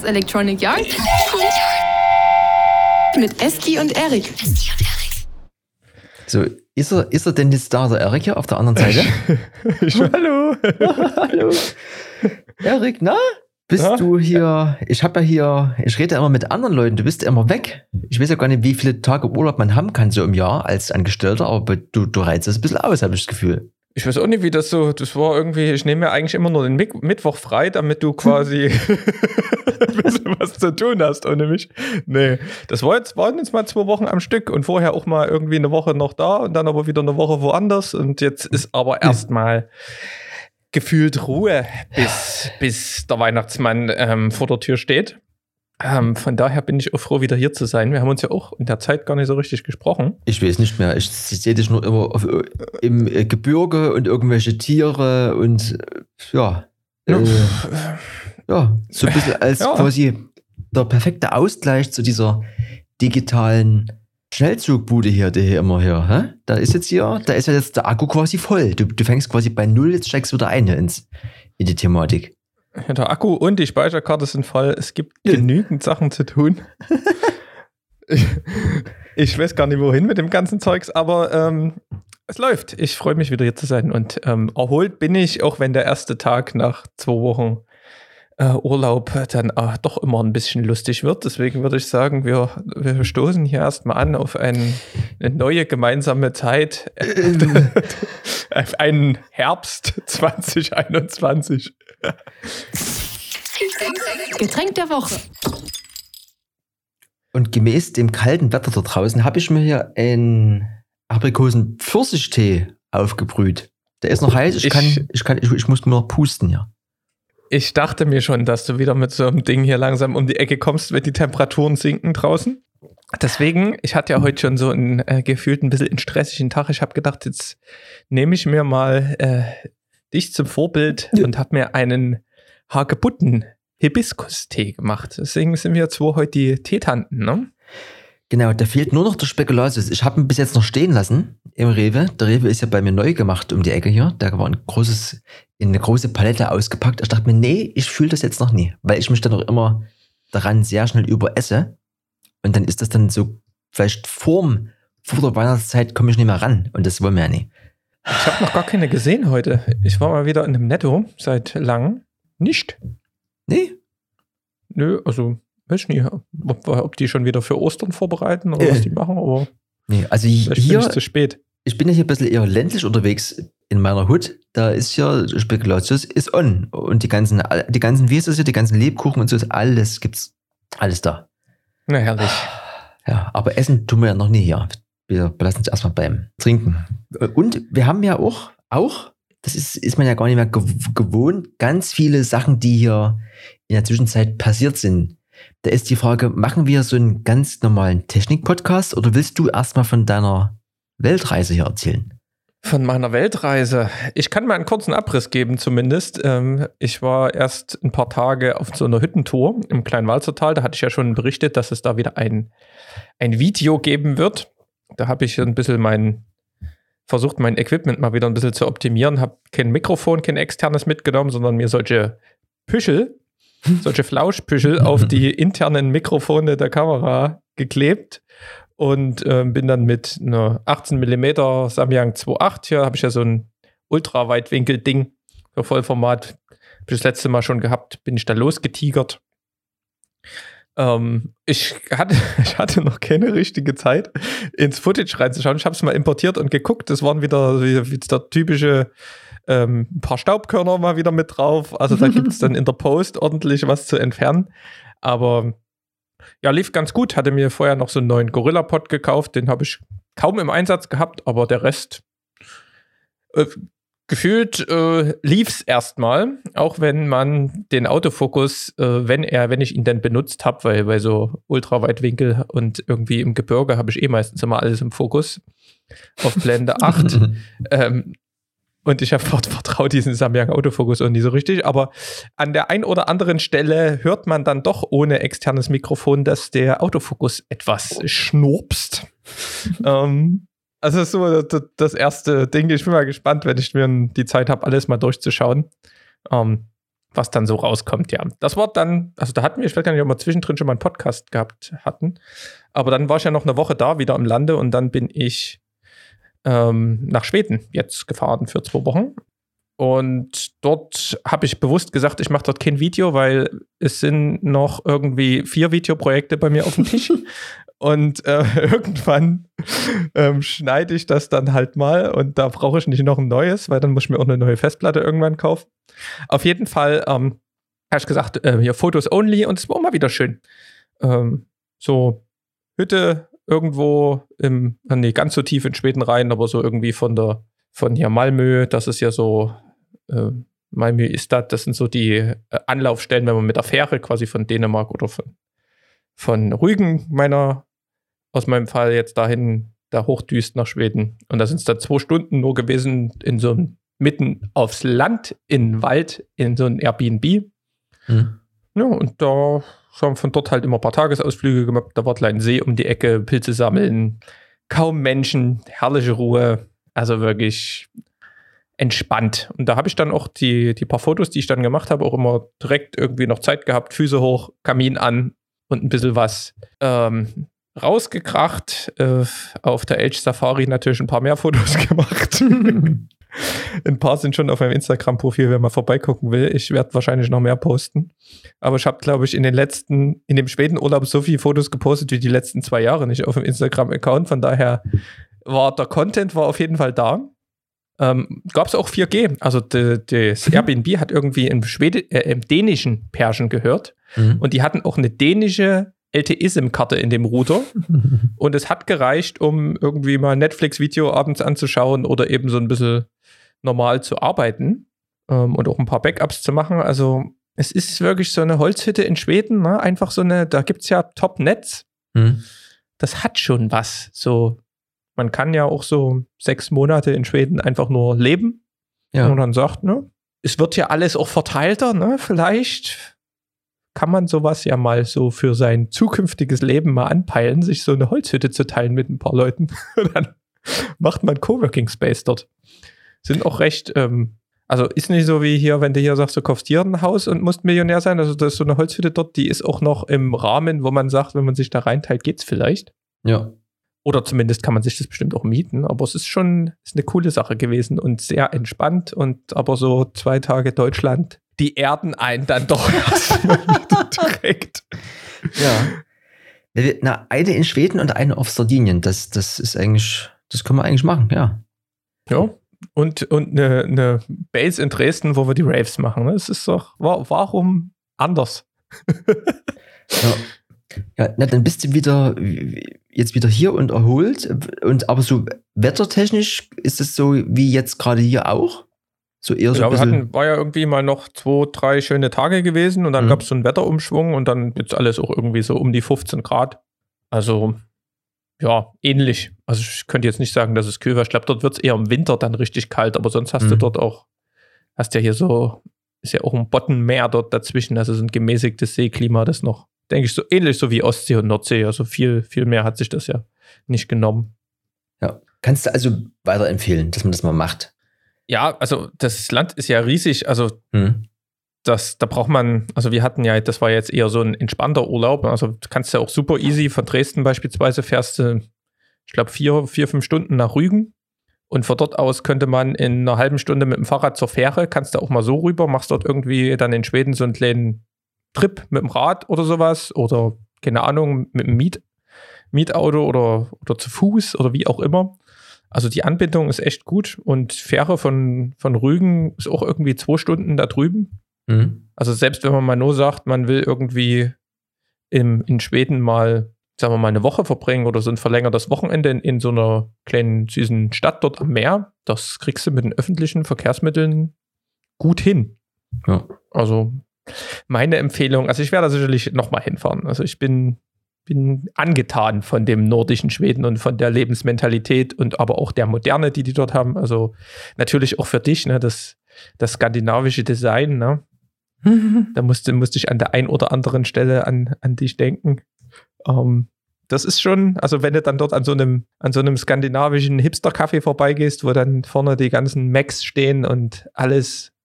Chaos Electronic Yard mit Eski und Erik. So, ist er denn jetzt da, der Erik hier auf der anderen Seite? Hallo. Hallo. Erik, na? Bist du hier? Ich rede ja immer mit anderen Leuten, du bist immer weg. Ich weiß ja gar nicht, wie viele Tage Urlaub man haben kann so im Jahr als Angestellter, aber du reizt das ein bisschen aus, habe ich das Gefühl. Ich weiß auch nicht, wie das war irgendwie, ich nehme mir eigentlich immer nur den Mittwoch frei, damit du quasi ein bisschen was zu tun hast ohne mich. Nee, waren jetzt mal 2 Wochen am Stück und vorher auch mal irgendwie eine Woche noch da und dann aber wieder eine Woche woanders und jetzt ist aber erstmal gefühlt Ruhe, bis der Weihnachtsmann vor der Tür steht. Von daher bin ich auch froh, wieder hier zu sein. Wir haben uns ja auch in der Zeit gar nicht so richtig gesprochen. Ich weiß nicht mehr. Ich sehe dich nur immer im Gebirge und irgendwelche Tiere und so ein bisschen als quasi der perfekte Ausgleich zu dieser digitalen Schnellzugbude hier, die hier immer hier. Hä? Da ist ja jetzt der Akku quasi voll. Du fängst quasi bei 0, jetzt steigst du wieder ein in die Thematik. Ja, der Akku und die Speicherkarte sind voll. Es gibt genügend Sachen zu tun. Ich weiß gar nicht, wohin mit dem ganzen Zeugs, aber es läuft. Ich freue mich, wieder hier zu sein. Und erholt bin ich, auch wenn der erste Tag nach 2 Wochen Urlaub dann doch immer ein bisschen lustig wird. Deswegen würde ich sagen, wir stoßen hier erstmal an auf eine neue gemeinsame Zeit. Auf einen Herbst 2021. Getränk der Woche. Und gemäß dem kalten Wetter da draußen habe ich mir hier einen Aprikosen-Pfirsichtee aufgebrüht. Der ist noch heiß, ich muss nur noch pusten hier. Ich dachte mir schon, dass du wieder mit so einem Ding hier langsam um die Ecke kommst, wenn die Temperaturen sinken draußen. Deswegen, ich hatte ja heute schon so einen gefühlt ein bisschen einen stressigen Tag. Ich habe gedacht, jetzt nehme ich mir mal dich zum Vorbild und habe mir einen Hagebutten-Hibiskus-Tee gemacht. Deswegen sind wir 2 heute die Teetanten, ne? Genau, da fehlt nur noch der Spekulatius. Ich habe ihn bis jetzt noch stehen lassen im Rewe. Der Rewe ist ja bei mir neu gemacht um die Ecke hier. Da war eine große Palette ausgepackt. Ich dachte mir, nee, ich fühle das jetzt noch nie. Weil ich mich dann auch immer daran sehr schnell überesse. Und dann ist das dann so, vielleicht vor der Weihnachtszeit komme ich nicht mehr ran. Und das wollen wir ja nicht. Ich habe noch gar keine gesehen heute. Ich war mal wieder in einem Netto seit langem. Nicht. Nee? Nö, also weiß ich nicht, ob die schon wieder für Ostern vorbereiten oder was die machen, aber nee, also hier bin ich zu spät. Ich bin ja hier ein bisschen eher ländlich unterwegs in meiner Hut. Da ist ja Spekulatius ist on. Und die ganzen wie ist das hier, die ganzen Lebkuchen und so, alles gibt's. Alles da. Na herrlich. Ja, aber Essen tun wir ja noch nie hier. Wir belassen uns erstmal beim Trinken. Und wir haben ja auch, das ist man ja gar nicht mehr gewohnt, ganz viele Sachen, die hier in der Zwischenzeit passiert sind. Da ist die Frage, machen wir so einen ganz normalen Technik-Podcast oder willst du erstmal von deiner Weltreise hier erzählen? Von meiner Weltreise? Ich kann mal einen kurzen Abriss geben zumindest. Ich war erst ein paar Tage auf so einer Hüttentour im Kleinwalzertal. Da hatte ich ja schon berichtet, dass es da wieder ein Video geben wird. Da habe ich ein bisschen versucht, mein Equipment mal wieder ein bisschen zu optimieren. Habe kein Mikrofon, kein externes mitgenommen, sondern mir solche Flauschpüschel auf die internen Mikrofone der Kamera geklebt und bin dann mit einer 18mm Samyang 2.8, hier habe ich ja so ein Ultraweitwinkel-Ding für Vollformat, habe ich das letzte Mal schon gehabt, bin ich da losgetigert. Ich hatte noch keine richtige Zeit, ins Footage reinzuschauen. Ich habe es mal importiert und geguckt. Das waren wieder wie der typische ein paar Staubkörner mal wieder mit drauf. Also da gibt es dann in der Post ordentlich was zu entfernen. Aber ja, lief ganz gut. Hatte mir vorher noch so einen neuen Gorilla-Pod gekauft. Den habe ich kaum im Einsatz gehabt, aber der Rest gefühlt lief's erstmal, auch wenn man den Autofokus, wenn ich ihn denn benutzt habe, weil bei so Ultraweitwinkel und irgendwie im Gebirge habe ich meistens immer alles im Fokus auf Blende 8. Und ich habe vertraut diesen Samyang Autofokus auch nicht so richtig, aber an der ein oder anderen Stelle hört man dann doch ohne externes Mikrofon, dass der Autofokus etwas schnurpst. Also das ist so das erste Ding. Ich bin mal gespannt, wenn ich mir die Zeit habe, alles mal durchzuschauen. was dann so rauskommt, ja. Das war dann, also da hatten wir, ich weiß gar nicht, ob wir zwischendrin schon mal einen Podcast gehabt hatten, aber dann war ich ja noch eine Woche da, wieder im Lande und dann bin ich nach Schweden jetzt gefahren für 2 Wochen. Und dort habe ich bewusst gesagt, ich mache dort kein Video, weil es sind noch irgendwie 4 Videoprojekte bei mir auf dem Tisch. Und irgendwann schneide ich das dann halt mal und da brauche ich nicht noch ein neues, weil dann muss ich mir auch eine neue Festplatte irgendwann kaufen. Auf jeden Fall habe ich gesagt, hier Fotos only und es war mal wieder schön. So Hütte irgendwo nicht ganz so tief in Schweden rein, aber so irgendwie von hier Malmö, das ist ja so, Malmö ist das sind so die Anlaufstellen, wenn man mit der Fähre quasi von Dänemark oder von Rügen aus meinem Fall jetzt da hochdüst nach Schweden. Und da sind es dann 2 Stunden nur gewesen, in so einem, mitten aufs Land, in den Wald, in so ein Airbnb. Mhm. Ja, und da haben wir von dort halt immer ein paar Tagesausflüge gemacht. Da war ein See um die Ecke, Pilze sammeln, kaum Menschen, herrliche Ruhe. Also wirklich entspannt. Und da habe ich dann auch die paar Fotos, die ich dann gemacht habe, auch immer direkt irgendwie noch Zeit gehabt, Füße hoch, Kamin an und ein bisschen was rausgekracht. Auf der Elch Safari natürlich ein paar mehr Fotos gemacht. Ein paar sind schon auf meinem Instagram-Profil, wer mal vorbeigucken will. Ich werde wahrscheinlich noch mehr posten. Aber ich habe, glaube ich, in dem Schweden-Urlaub so viele Fotos gepostet wie die letzten 2 Jahre nicht auf dem Instagram-Account. Von daher war der Content auf jeden Fall da. Gab es auch 4G. Also das Airbnb hat irgendwie im dänischen Pärchen gehört. Mhm. Und die hatten auch eine dänische LTE-SIM-Karte in dem Router. Und es hat gereicht, um irgendwie mal ein Netflix-Video abends anzuschauen oder eben so ein bisschen normal zu arbeiten und auch ein paar Backups zu machen. Also es ist wirklich so eine Holzhütte in Schweden, ne? Einfach so da gibt es ja Top-Netz. Mhm. Das hat schon was. So, man kann ja auch so 6 Monate in Schweden einfach nur leben. Ja. Und dann sagt, ne, es wird ja alles auch verteilter, ne? Vielleicht kann man sowas ja mal so für sein zukünftiges Leben mal anpeilen, sich so eine Holzhütte zu teilen mit ein paar Leuten. Dann macht man Coworking Space dort. Sind auch recht, also ist nicht so wie hier, wenn du hier sagst, du kaufst hier ein Haus und musst Millionär sein. Also das ist so eine Holzhütte dort, die ist auch noch im Rahmen, wo man sagt, wenn man sich da reinteilt, geht's vielleicht. Ja. Oder zumindest kann man sich das bestimmt auch mieten. Aber es ist eine coole Sache gewesen und sehr entspannt und aber so 2 Tage Deutschland, die erden einen dann doch erstmal wieder direkt. Ja. Na, eine in Schweden und eine auf Sardinien. Das ist eigentlich, das können wir eigentlich machen, ja. Ja. Und eine Base in Dresden, wo wir die Raves machen. Das ist doch, warum anders? Ja, na, dann bist du jetzt wieder hier und erholt. Aber so wettertechnisch ist es so wie jetzt gerade hier auch? So eher so war ja irgendwie mal noch 2, 3 schöne Tage gewesen und dann gab es so einen Wetterumschwung und dann jetzt alles auch irgendwie so um die 15 Grad. Also ja, ähnlich. Also ich könnte jetzt nicht sagen, dass es kühl war. Ich glaube, dort wird es eher im Winter dann richtig kalt, aber sonst hast du dort auch, hast ja hier so, ist ja auch ein Boddenmeer dort dazwischen, also so ein gemäßigtes Seeklima, das noch, denke ich, so ähnlich so wie Ostsee und Nordsee. Also viel, viel mehr hat sich das ja nicht genommen. Ja, kannst du also weiterempfehlen, dass man das mal macht? Ja, also das Land ist ja riesig, also da braucht man, also wir hatten ja, das war jetzt eher so ein entspannter Urlaub, also kannst du ja auch super easy von Dresden beispielsweise fährst du, ich glaube 4, 5 Stunden nach Rügen und von dort aus könnte man in einer halben Stunde mit dem Fahrrad zur Fähre, kannst du auch mal so rüber, machst dort irgendwie dann in Schweden so einen kleinen Trip mit dem Rad oder sowas oder keine Ahnung, mit dem Mietauto oder zu Fuß oder wie auch immer. Also die Anbindung ist echt gut und Fähre von Rügen ist auch irgendwie 2 Stunden da drüben. Mhm. Also selbst wenn man mal nur sagt, man will irgendwie in Schweden mal, sagen wir mal, eine Woche verbringen oder so ein verlängertes Wochenende in so einer kleinen, süßen Stadt dort am Meer, das kriegst du mit den öffentlichen Verkehrsmitteln gut hin. Ja. Also meine Empfehlung, also ich werde da sicherlich nochmal hinfahren. Also ich bin angetan von dem nordischen Schweden und von der Lebensmentalität und aber auch der Moderne, die dort haben. Also natürlich auch für dich, ne, das skandinavische Design, ne? Da musste ich an der ein oder anderen Stelle an dich denken. Das ist schon, also wenn du dann dort an so einem skandinavischen Hipster-Café vorbeigehst, wo dann vorne die ganzen Macs stehen und alles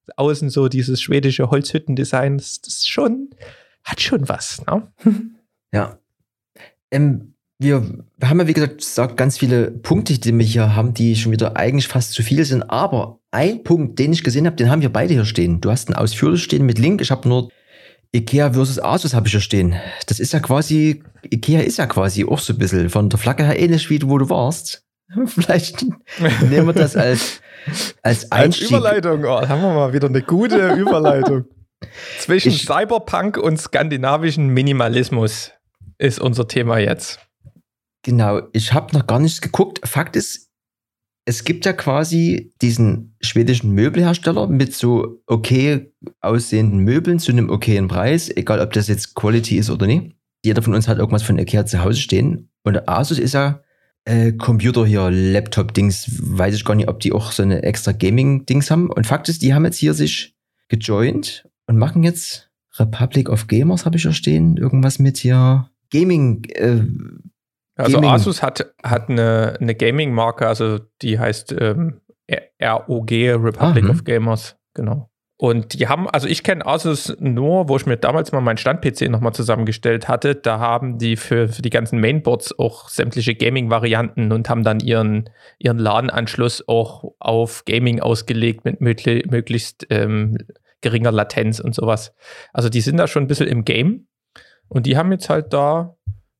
außen so dieses schwedische Holzhüttendesign, das ist schon, hat schon was, ne? Ja. Wir haben ja, wie gesagt, ganz viele Punkte, die wir hier haben, die schon wieder eigentlich fast zu viel sind. Aber ein Punkt, den ich gesehen habe, den haben wir beide hier stehen. Du hast einen ausführlich stehen mit Link. Ich habe nur Ikea versus Asus habe ich hier stehen. Das ist ja quasi, Ikea ist ja quasi auch so ein bisschen von der Flagge her ähnlich wie wo du warst. Vielleicht nehmen wir das als Einstieg. Als Überleitung, haben wir mal wieder eine gute Überleitung. Zwischen Cyberpunk und skandinavischen Minimalismus ist unser Thema jetzt. Genau, ich habe noch gar nicht geguckt. Fakt ist, es gibt ja quasi diesen schwedischen Möbelhersteller mit so okay aussehenden Möbeln zu einem okayen Preis, egal ob das jetzt Quality ist oder nicht. Jeder von uns hat irgendwas von Ikea zu Hause stehen. Und Asus ist ja Computer hier, Laptop-Dings, weiß ich gar nicht, ob die auch so eine extra Gaming-Dings haben. Und Fakt ist, die haben jetzt hier sich gejoint und machen jetzt Republic of Gamers, habe ich hier stehen, irgendwas mit hier Gaming. Also Gaming. Asus hat eine Gaming-Marke, also die heißt ROG, Republic of Gamers, genau. Und die haben, also ich kenne Asus nur, wo ich mir damals mal meinen Stand-PC nochmal zusammengestellt hatte, da haben die für die ganzen Mainboards auch sämtliche Gaming-Varianten und haben dann ihren LAN-Anschluss auch auf Gaming ausgelegt mit möglichst geringer Latenz und sowas. Also die sind da schon ein bisschen im Game und die haben jetzt halt da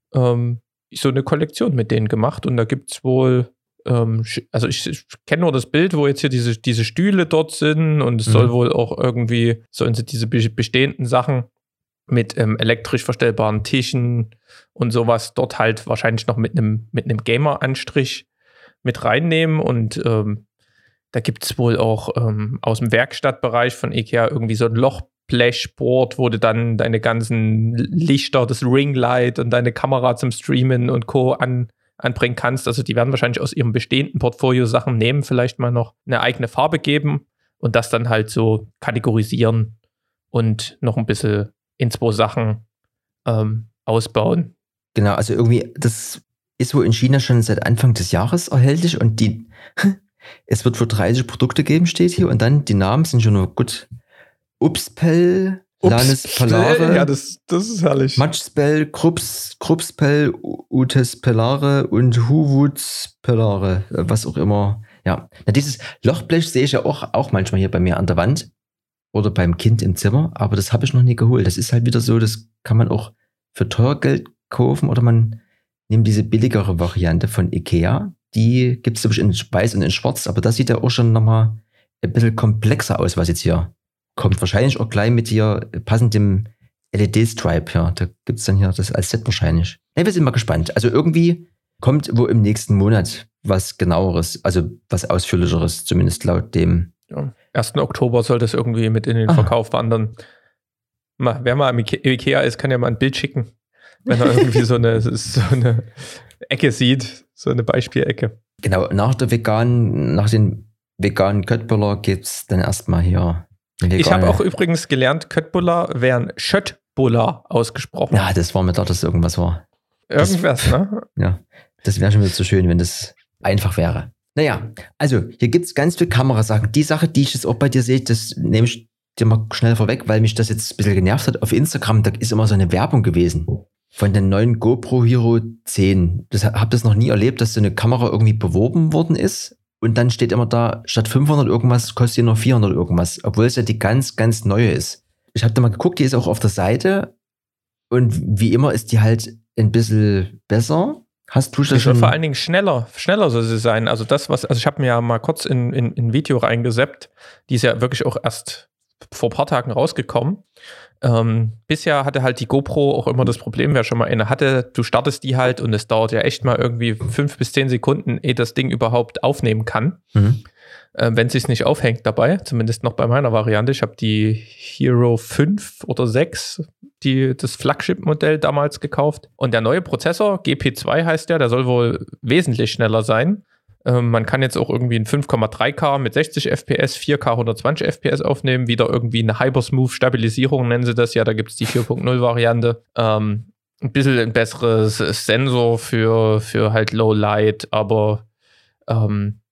so eine Kollektion mit denen gemacht und da gibt es wohl, also ich kenne nur das Bild, wo jetzt hier diese Stühle dort sind und es soll wohl auch irgendwie, sollen sie diese bestehenden Sachen mit elektrisch verstellbaren Tischen und sowas dort halt wahrscheinlich noch mit einem Gamer-Anstrich mit reinnehmen und da gibt es wohl auch aus dem Werkstattbereich von Ikea irgendwie so ein Lochblechboard, wo du dann deine ganzen Lichter, das Ringlight und deine Kamera zum Streamen und Co. anbringen kannst. Also die werden wahrscheinlich aus ihrem bestehenden Portfolio Sachen nehmen, vielleicht mal noch eine eigene Farbe geben und das dann halt so kategorisieren und noch ein bisschen in 2 Sachen ausbauen. Genau, also irgendwie, das ist wohl in China schon seit Anfang des Jahres erhältlich und es wird für 30 Produkte geben, steht hier, und dann die Namen sind schon nur gut. Upspel, Lanes Pelare, ja, das ist herrlich. Matchspel, Krupspel, Utes Pelare und Huwuts Pelare, was auch immer. Ja, na, dieses Lochblech sehe ich ja auch manchmal hier bei mir an der Wand oder beim Kind im Zimmer, aber das habe ich noch nie geholt. Das ist halt wieder so, das kann man auch für teuer Geld kaufen oder man nimmt diese billigere Variante von Ikea. Die gibt es, glaube ich, in weiß und in schwarz, aber das sieht ja auch schon nochmal ein bisschen komplexer aus, was jetzt hier kommt. Wahrscheinlich auch gleich mit hier passendem LED-Stripe. Ja, da gibt es dann hier das als Set wahrscheinlich. Ja, wir sind mal gespannt. Also irgendwie kommt wo im nächsten Monat was genaueres, also was ausführlicheres, zumindest laut dem. Ja, 1. Oktober soll das irgendwie mit in den Verkauf wandern. Wer mal im Ikea ist, kann ja mal ein Bild schicken, wenn er irgendwie so eine Ecke sieht, so eine Beispielecke. Genau, nach den veganen Köttbullar gibt es dann erstmal hier eine vegane. Ich habe auch übrigens gelernt, Köttbullar werden Schöttbullar ausgesprochen. Ja, das war mir da, dass irgendwas war. Irgendwas, ne? Ja, das wäre schon wieder zu schön, wenn das einfach wäre. Naja, also hier gibt es ganz viele Kamerasachen. Die Sache, die ich jetzt auch bei dir sehe, das nehme ich dir mal schnell vorweg, weil mich das jetzt ein bisschen genervt hat. Auf Instagram, da ist immer so eine Werbung gewesen von den neuen GoPro Hero 10. Ich habe das noch nie erlebt, dass so eine Kamera irgendwie beworben worden ist und dann steht immer da, statt 500 irgendwas kostet hier noch 400 irgendwas, obwohl es ja die ganz, ganz neue ist. Ich habe da mal geguckt, die ist auch auf der Seite und wie immer ist die halt ein bisschen besser. Hast du das schon? Vor allen Dingen schneller soll sie sein. Also ich habe mir ja mal kurz in ein Video reingesappt, die ist ja wirklich auch erst vor ein paar Tagen rausgekommen. Bisher hatte halt die GoPro auch immer das Problem, wer schon mal eine hatte, du startest die halt und es dauert ja echt mal irgendwie 5 bis 10 Sekunden, ehe das Ding überhaupt aufnehmen kann. Wenn es sich nicht aufhängt dabei, zumindest noch bei meiner Variante. Ich habe die Hero 5 oder 6, das Flagship-Modell damals gekauft. Und der neue Prozessor, GP2 heißt der soll wohl wesentlich schneller sein. Man kann jetzt auch irgendwie ein 5,3K mit 60 FPS, 4K 120 FPS aufnehmen, wieder irgendwie eine Hypersmooth-Stabilisierung nennen sie das ja, da gibt es die 4.0-Variante. Ein bisschen ein besseres Sensor für halt Low Light, aber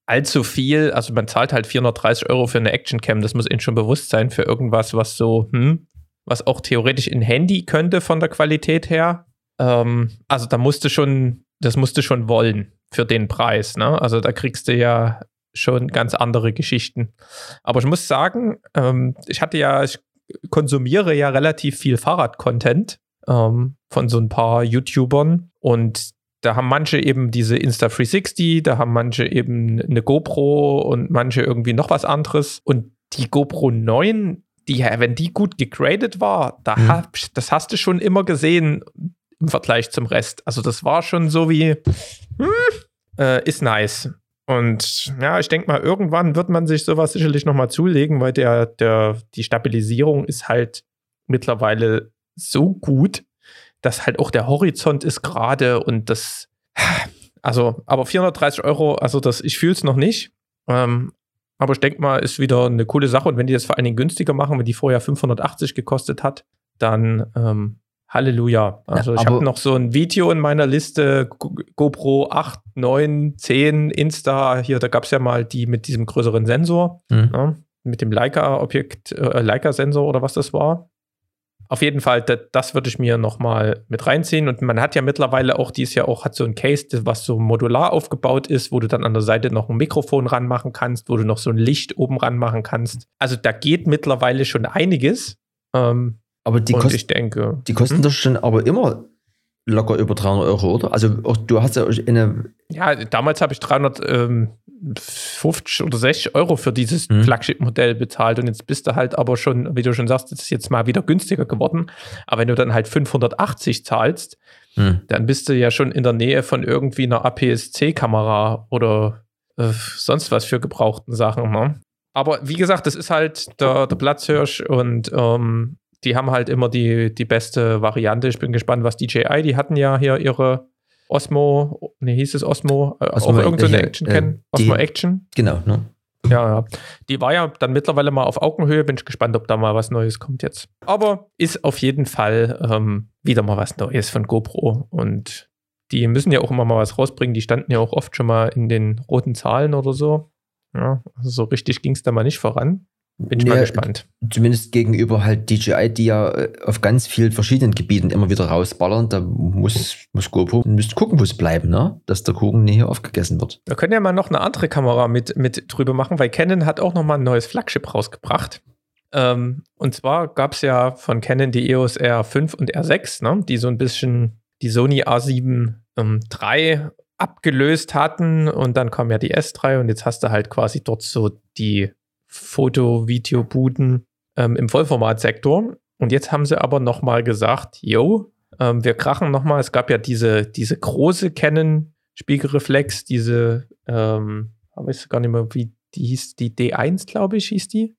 allzu viel. Also man zahlt halt 430 € für eine Actioncam. Das muss ihnen schon bewusst sein für irgendwas, was so, was auch theoretisch in Handy könnte von der Qualität her. Also das musst du schon wollen für den Preis. Ne? Also da kriegst du ja schon ganz andere Geschichten. Aber ich muss sagen, ich konsumiere ja relativ viel Fahrrad-Content von so ein paar YouTubern und da haben manche eben diese Insta360, da haben manche eben eine GoPro und manche irgendwie noch was anderes. Und die GoPro 9, wenn die gut gegradet war, das hast du schon immer gesehen im Vergleich zum Rest. Also das war schon so wie, ist nice. Und ja, ich denke mal, irgendwann wird man sich sowas sicherlich nochmal zulegen, weil die Stabilisierung ist halt mittlerweile so gut, dass halt auch der Horizont ist gerade und das, also, aber 430 €, also ich fühle es noch nicht, aber ich denke mal, ist wieder eine coole Sache und wenn die das vor allen Dingen günstiger machen, wenn die vorher 580 gekostet hat, dann Halleluja. Also ich habe noch so ein Video in meiner Liste, GoPro 8, 9, 10, Insta, hier, da gab es ja mal die mit diesem größeren Sensor, mit dem Leica-Sensor oder was das war. Auf jeden Fall, das würde ich mir nochmal mit reinziehen. Und man hat ja mittlerweile auch, hat so ein Case, was so modular aufgebaut ist, wo du dann an der Seite noch ein Mikrofon ranmachen kannst, wo du noch so ein Licht oben ranmachen kannst. Also da geht mittlerweile schon einiges. Aber die kosten doch schon aber immer locker über 300 €, oder? Also auch, du hast ja Ja, damals habe ich 350 oder 60 € für dieses Flagship-Modell bezahlt und jetzt bist du halt aber schon, wie du schon sagst, das ist jetzt mal wieder günstiger geworden. Aber wenn du dann halt 580 zahlst, dann bist du ja schon in der Nähe von irgendwie einer APS-C-Kamera oder sonst was für gebrauchten Sachen. Ne? Aber wie gesagt, das ist halt der Platzhirsch und die haben halt immer die beste Variante. Ich bin gespannt, was DJI, die hatten ja hier ihre Osmo, hieß es Osmo? Auch irgendeine Action kennen? Osmo Action? Genau, ne? Ja. Die war ja dann mittlerweile mal auf Augenhöhe. Bin ich gespannt, ob da mal was Neues kommt jetzt. Aber ist auf jeden Fall wieder mal was Neues von GoPro. Und die müssen ja auch immer mal was rausbringen. Die standen ja auch oft schon mal in den roten Zahlen oder so. Ja, also so richtig ging es da mal nicht voran. Bin ich mal gespannt. Zumindest gegenüber halt DJI, die ja auf ganz vielen verschiedenen Gebieten immer wieder rausballern. Da muss GoPro gucken, wo es bleiben, ne? Dass der Kuchen nie hier aufgegessen wird. Wir können ja mal noch eine andere Kamera mit drüber machen, weil Canon hat auch noch mal ein neues Flagship rausgebracht. Und zwar gab es ja von Canon die EOS R5 und R6, ne? Die so ein bisschen die Sony A7 III abgelöst hatten und dann kam ja die S3 und jetzt hast du halt quasi dort so die Foto-Video-Buden im Vollformatsektor. Und jetzt haben sie aber nochmal gesagt, wir krachen nochmal. Es gab ja diese große Canon-Spiegelreflex, diese, weiß gar nicht mehr, wie die hieß, die D1, glaube ich, hieß die.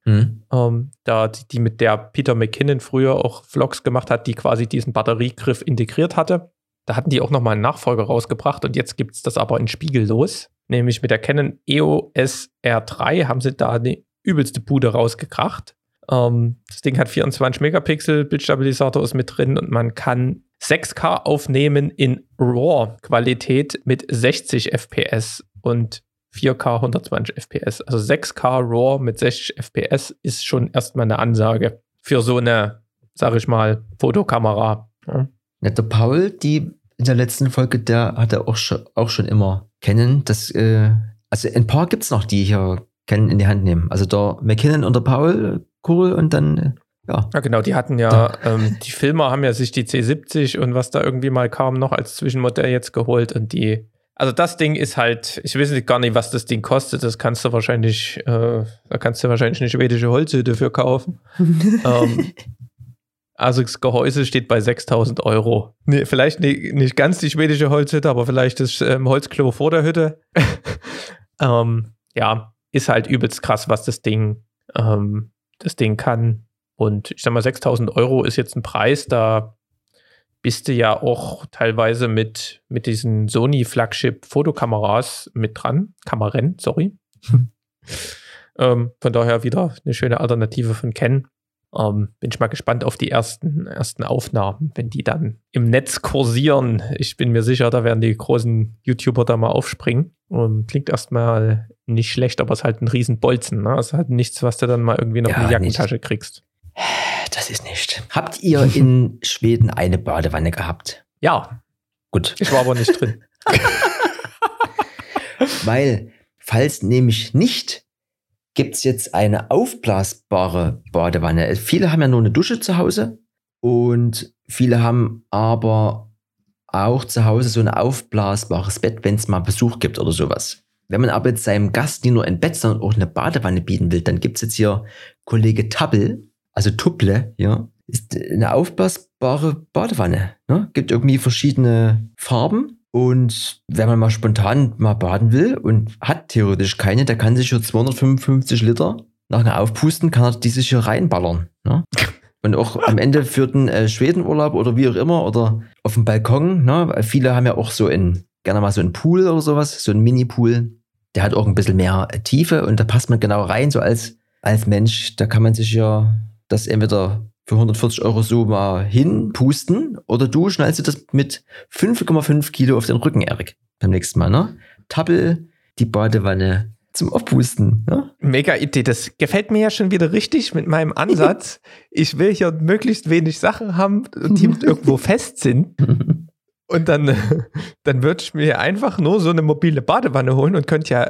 Die mit der Peter McKinnon früher auch Vlogs gemacht hat, die quasi diesen Batteriegriff integriert hatte. Da hatten die auch nochmal einen Nachfolger rausgebracht und jetzt gibt es das aber in spiegellos. Nämlich mit der Canon EOS R3 haben sie da eine übelste Bude rausgekracht. Das Ding hat 24 Megapixel, Bildstabilisator ist mit drin und man kann 6K aufnehmen in RAW-Qualität mit 60 FPS und 4K 120 FPS. Also 6K RAW mit 60 FPS ist schon erstmal eine Ansage für so eine, sag ich mal, Fotokamera. Ja. Ja, der Paul, die in der letzten Folge, der hatte auch schon immer Canon. Also ein paar gibt es noch, die hier Canon in die Hand nehmen. Also der McKinnon und der Paul, cool, und dann, ja. Ja, genau, die hatten ja, die Filmer haben ja sich die C70 und was da irgendwie mal kam, noch als Zwischenmodell jetzt geholt und also das Ding ist halt, ich weiß gar nicht, was das Ding kostet, das kannst du wahrscheinlich, da kannst du wahrscheinlich eine schwedische Holzhütte für kaufen. Also das Gehäuse steht bei 6.000 €. Nee, vielleicht nicht ganz die schwedische Holzhütte, aber vielleicht das Holzklo vor der Hütte. Ja, ist halt übelst krass, was das Ding kann. Und ich sag mal, 6.000 € ist jetzt ein Preis, da bist du ja auch teilweise mit diesen Sony-Flagship-Fotokameras mit dran. Von daher wieder eine schöne Alternative von Canon. Bin ich mal gespannt auf die ersten Aufnahmen, wenn die dann im Netz kursieren. Ich bin mir sicher, da werden die großen YouTuber da mal aufspringen. Klingt erstmal nicht schlecht, aber es ist halt ein Riesenbolzen. Ne? Es ist halt nichts, was du dann mal irgendwie noch in die Jackentasche kriegst. Das ist nicht. Habt ihr in Schweden eine Badewanne gehabt? Ja. Gut. Ich war aber nicht drin. Weil, falls nämlich nicht, gibt es jetzt eine aufblasbare Badewanne. Viele haben ja nur eine Dusche zu Hause und viele haben aber auch zu Hause so ein aufblasbares Bett, wenn es mal Besuch gibt oder sowas. Wenn man aber jetzt seinem Gast nicht nur ein Bett, sondern auch eine Badewanne bieten will, dann gibt es jetzt hier Kollege Tabbel, also Tupple, ja, ist eine aufblasbare Badewanne. Ne? Gibt irgendwie verschiedene Farben. Und wenn man mal spontan mal baden will und hat theoretisch keine, der kann sich für 255 Liter nach einem Aufpusten, kann er die sich hier reinballern. Ne? Und auch am Ende für den Schwedenurlaub oder wie auch immer oder auf dem Balkon. Ne? Viele haben ja auch gerne mal so einen Pool oder sowas, so einen Mini-Pool. Der hat auch ein bisschen mehr Tiefe und da passt man genau rein, so als Mensch. Da kann man sich ja das entweder für 140 € so mal hinpusten oder du schnallst dir das mit 5,5 Kilo auf den Rücken, Erik, beim nächsten Mal, ne? Tabbel die Badewanne zum Aufpusten, ne? Mega Idee, das gefällt mir ja schon wieder richtig mit meinem Ansatz. Ich will hier möglichst wenig Sachen haben, die irgendwo fest sind. Und dann würde ich mir einfach nur so eine mobile Badewanne holen und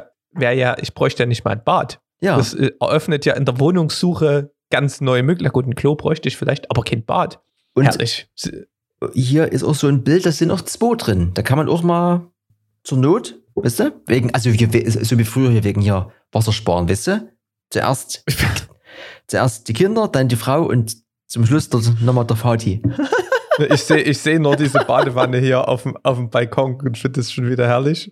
ich bräuchte ja nicht mal ein Bad. Ja. Das eröffnet ja in der Wohnungssuche ganz neue Möglichkeiten. Gut, ein Klo bräuchte ich vielleicht, aber kein Bad. Und herrlich. Hier ist auch so ein Bild, da sind auch 2 drin. Da kann man auch mal zur Not, weißt du, so wie früher hier wegen hier Wassersparen, weißt du? Zuerst die Kinder, dann die Frau und zum Schluss nochmal der Vati. Ich seh nur diese Badewanne hier auf dem Balkon und finde das schon wieder herrlich.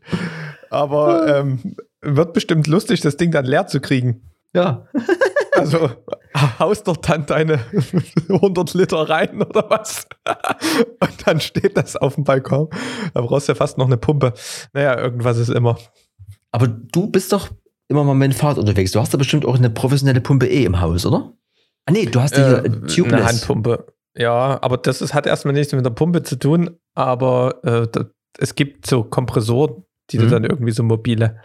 Aber wird bestimmt lustig, das Ding dann leer zu kriegen. Ja. Also haust doch dann deine 100 Liter rein oder was? Und dann steht das auf dem Balkon. Da brauchst du ja fast noch eine Pumpe. Naja, irgendwas ist immer. Aber du bist doch immer mal mit dem Fahrrad unterwegs. Du hast da bestimmt auch eine professionelle Pumpe im Haus, oder? Ah nee, du hast hier Tubeless. Eine Handpumpe. Ja, aber hat erstmal nichts mit der Pumpe zu tun. Aber es gibt so Kompressoren, die du dann irgendwie so mobile.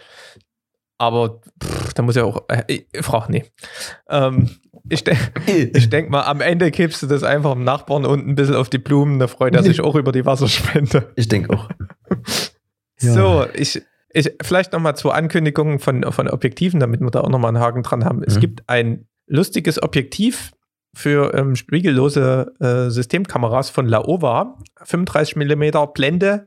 Aber da muss ja auch. Ich denke mal, am Ende kippst du das einfach dem Nachbarn und ein bisschen auf die Blumen. Da freut er sich auch über die Wasserspende. Ich denke auch. Ja. So, ich vielleicht nochmal 2 Ankündigungen von Objektiven, damit wir da auch nochmal einen Haken dran haben. Es gibt ein lustiges Objektiv für spiegellose Systemkameras von Laowa. 35 mm Blende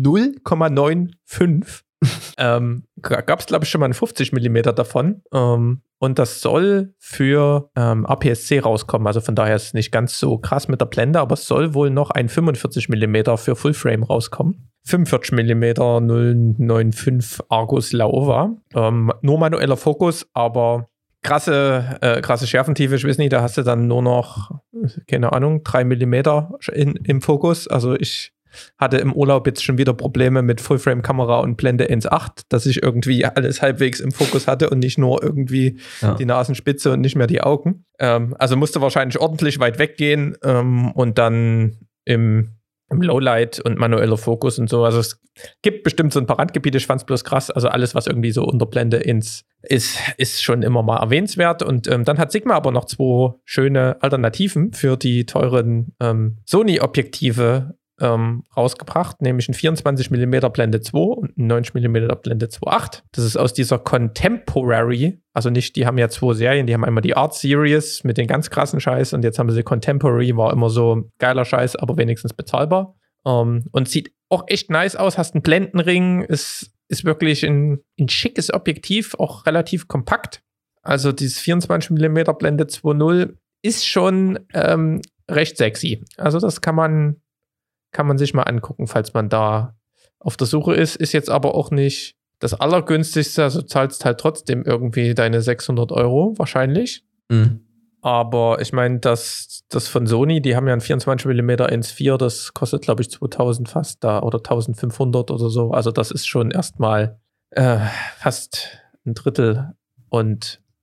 0,95. Gab es, glaube ich, schon mal einen 50 mm davon. Und das soll für APS-C rauskommen. Also von daher ist es nicht ganz so krass mit der Blende, aber es soll wohl noch ein 45 mm für Fullframe rauskommen. 45 mm 095 Argus Laowa. Nur manueller Fokus, aber krasse Schärfentiefe. Ich weiß nicht, da hast du dann nur noch, keine Ahnung, 3 mm im Fokus. Also ich hatte im Urlaub jetzt schon wieder Probleme mit Fullframe-Kamera und Blende 1.8, dass ich irgendwie alles halbwegs im Fokus hatte und nicht nur irgendwie die Nasenspitze und nicht mehr die Augen. Also musste wahrscheinlich ordentlich weit weggehen und dann im Lowlight und manueller Fokus und so. Also es gibt bestimmt so ein paar Randgebiete, ich fand es bloß krass. Also alles, was irgendwie so unter Blende ist schon immer mal erwähnenswert. Und dann hat Sigma aber noch 2 schöne Alternativen für die teuren Sony-Objektive rausgebracht, nämlich ein 24 mm Blende 2 und ein 90 mm Blende 2.8. Das ist aus dieser Contemporary, also nicht, die haben ja 2 Serien, die haben einmal die Art Series mit den ganz krassen Scheiß und jetzt haben sie Contemporary, war immer so geiler Scheiß, aber wenigstens bezahlbar. Und sieht auch echt nice aus, hast einen Blendenring, ist wirklich ein schickes Objektiv, auch relativ kompakt. Also dieses 24 mm Blende 2.0 ist schon recht sexy. Also das kann man sich mal angucken, falls man da auf der Suche ist. Ist jetzt aber auch nicht das Allergünstigste, also zahlst halt trotzdem irgendwie deine 600 € wahrscheinlich. Mhm. Aber ich meine, das von Sony, die haben ja ein 24 mm 1.4, das kostet, glaube ich, 2000 fast da oder 1500 oder so. Also das ist schon erstmal fast ein Drittel. Und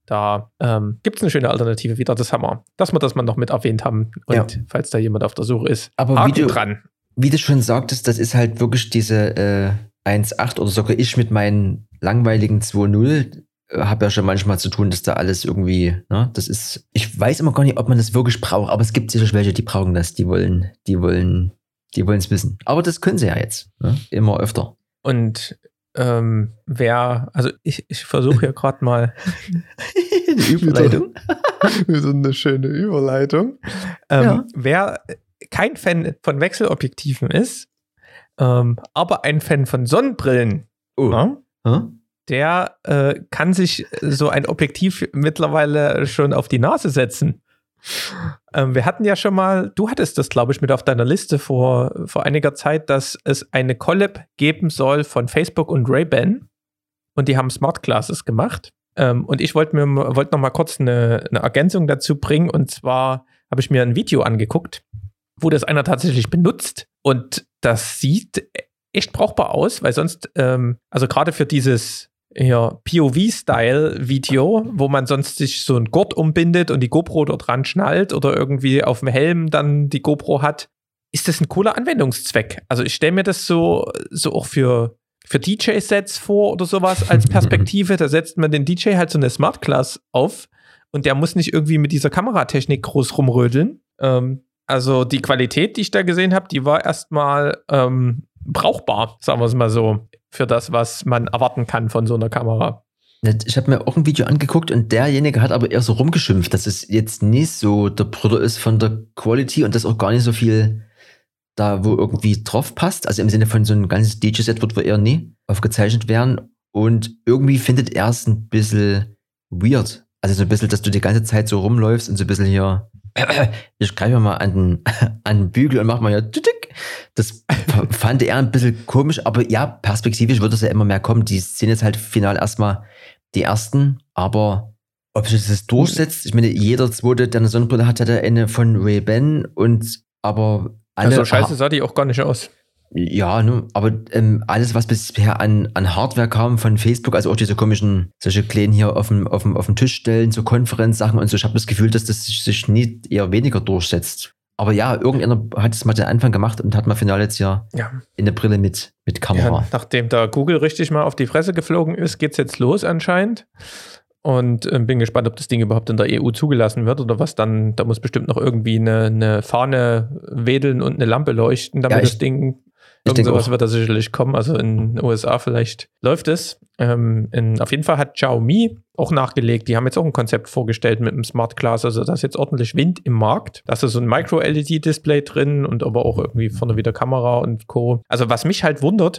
Da gibt es eine schöne Alternative wieder, das Hammer. Dass wir das mal noch mit erwähnt haben und falls da jemand auf der Suche ist, aber Haken dran. Wie du schon sagtest, das ist halt wirklich diese 1.8 oder sogar ich mit meinen langweiligen 2.0 habe ja schon manchmal zu tun, dass da alles irgendwie, ne, das ist, ich weiß immer gar nicht, ob man das wirklich braucht, aber es gibt sicher welche, die brauchen das, die wollen es wissen. Aber das können sie ja jetzt, ne? Immer öfter. Und ich versuche hier gerade mal die Überleitung. so eine schöne Überleitung. Wer kein Fan von Wechselobjektiven ist, aber ein Fan von Sonnenbrillen, der kann sich so ein Objektiv mittlerweile schon auf die Nase setzen. Wir hatten ja schon mal, du hattest das, glaube ich, mit auf deiner Liste vor einiger Zeit, dass es eine Collab geben soll von Facebook und Ray-Ban und die haben Smart Glasses gemacht. Und ich wollte noch mal kurz eine Ergänzung dazu bringen, und zwar habe ich mir ein Video angeguckt, wo das einer tatsächlich benutzt, und das sieht echt brauchbar aus, weil sonst, also gerade für dieses POV-Style-Video, wo man sonst sich so einen Gurt umbindet und die GoPro dort dran schnallt oder irgendwie auf dem Helm dann die GoPro hat, ist das ein cooler Anwendungszweck. Also ich stelle mir das so auch für DJ-Sets vor oder sowas als Perspektive. Da setzt man den DJ halt so eine Smart Glass auf und der muss nicht irgendwie mit dieser Kameratechnik groß rumrödeln. Also die Qualität, die ich da gesehen habe, die war erstmal brauchbar, sagen wir es mal so, für das, was man erwarten kann von so einer Kamera. Ich habe mir auch ein Video angeguckt und derjenige hat aber eher so rumgeschimpft, dass es jetzt nicht so der Bruder ist von der Quality und dass auch gar nicht so viel da, wo irgendwie drauf passt. Also im Sinne von so ein ganzes DJ-Set wird wohl eher nie aufgezeichnet werden. Und irgendwie findet er es ein bisschen weird. Also so ein bisschen, dass du die ganze Zeit so rumläufst und so ein bisschen hier, ich greife mal an den Bügel und mach mal hier, das fand er ein bisschen komisch, aber ja, perspektivisch wird es ja immer mehr kommen. Die sind jetzt halt final erstmal die ersten, aber ob sich das durchsetzt, ich meine, jeder Zweite, der eine Sonnenbrille hat, hat ja eine von Ray-Ban aber alle... Also scheiße sah die auch gar nicht aus. Ja, ne, aber alles, was bisher an Hardware kam von Facebook, also auch diese komischen, solche kleinen hier auf dem Tisch stellen, so Konferenzsachen und so, ich habe das Gefühl, dass das sich nie eher weniger durchsetzt. Aber ja, irgendeiner hat es mal den Anfang gemacht und hat mal final jetzt hier in der Brille mit Kamera. Ja, nachdem da Google richtig mal auf die Fresse geflogen ist, geht's jetzt los anscheinend. Und bin gespannt, ob das Ding überhaupt in der EU zugelassen wird oder was dann. Da muss bestimmt noch irgendwie eine Fahne wedeln und eine Lampe leuchten, damit das Ding... Irgendwas wird da sicherlich kommen, also in den USA vielleicht läuft es. Auf jeden Fall hat Xiaomi auch nachgelegt, die haben jetzt auch ein Konzept vorgestellt mit einem Smart Glass, also da ist jetzt ordentlich Wind im Markt. Da ist so ein Micro-LED-Display drin und aber auch irgendwie vorne wieder Kamera und Co. Also was mich halt wundert,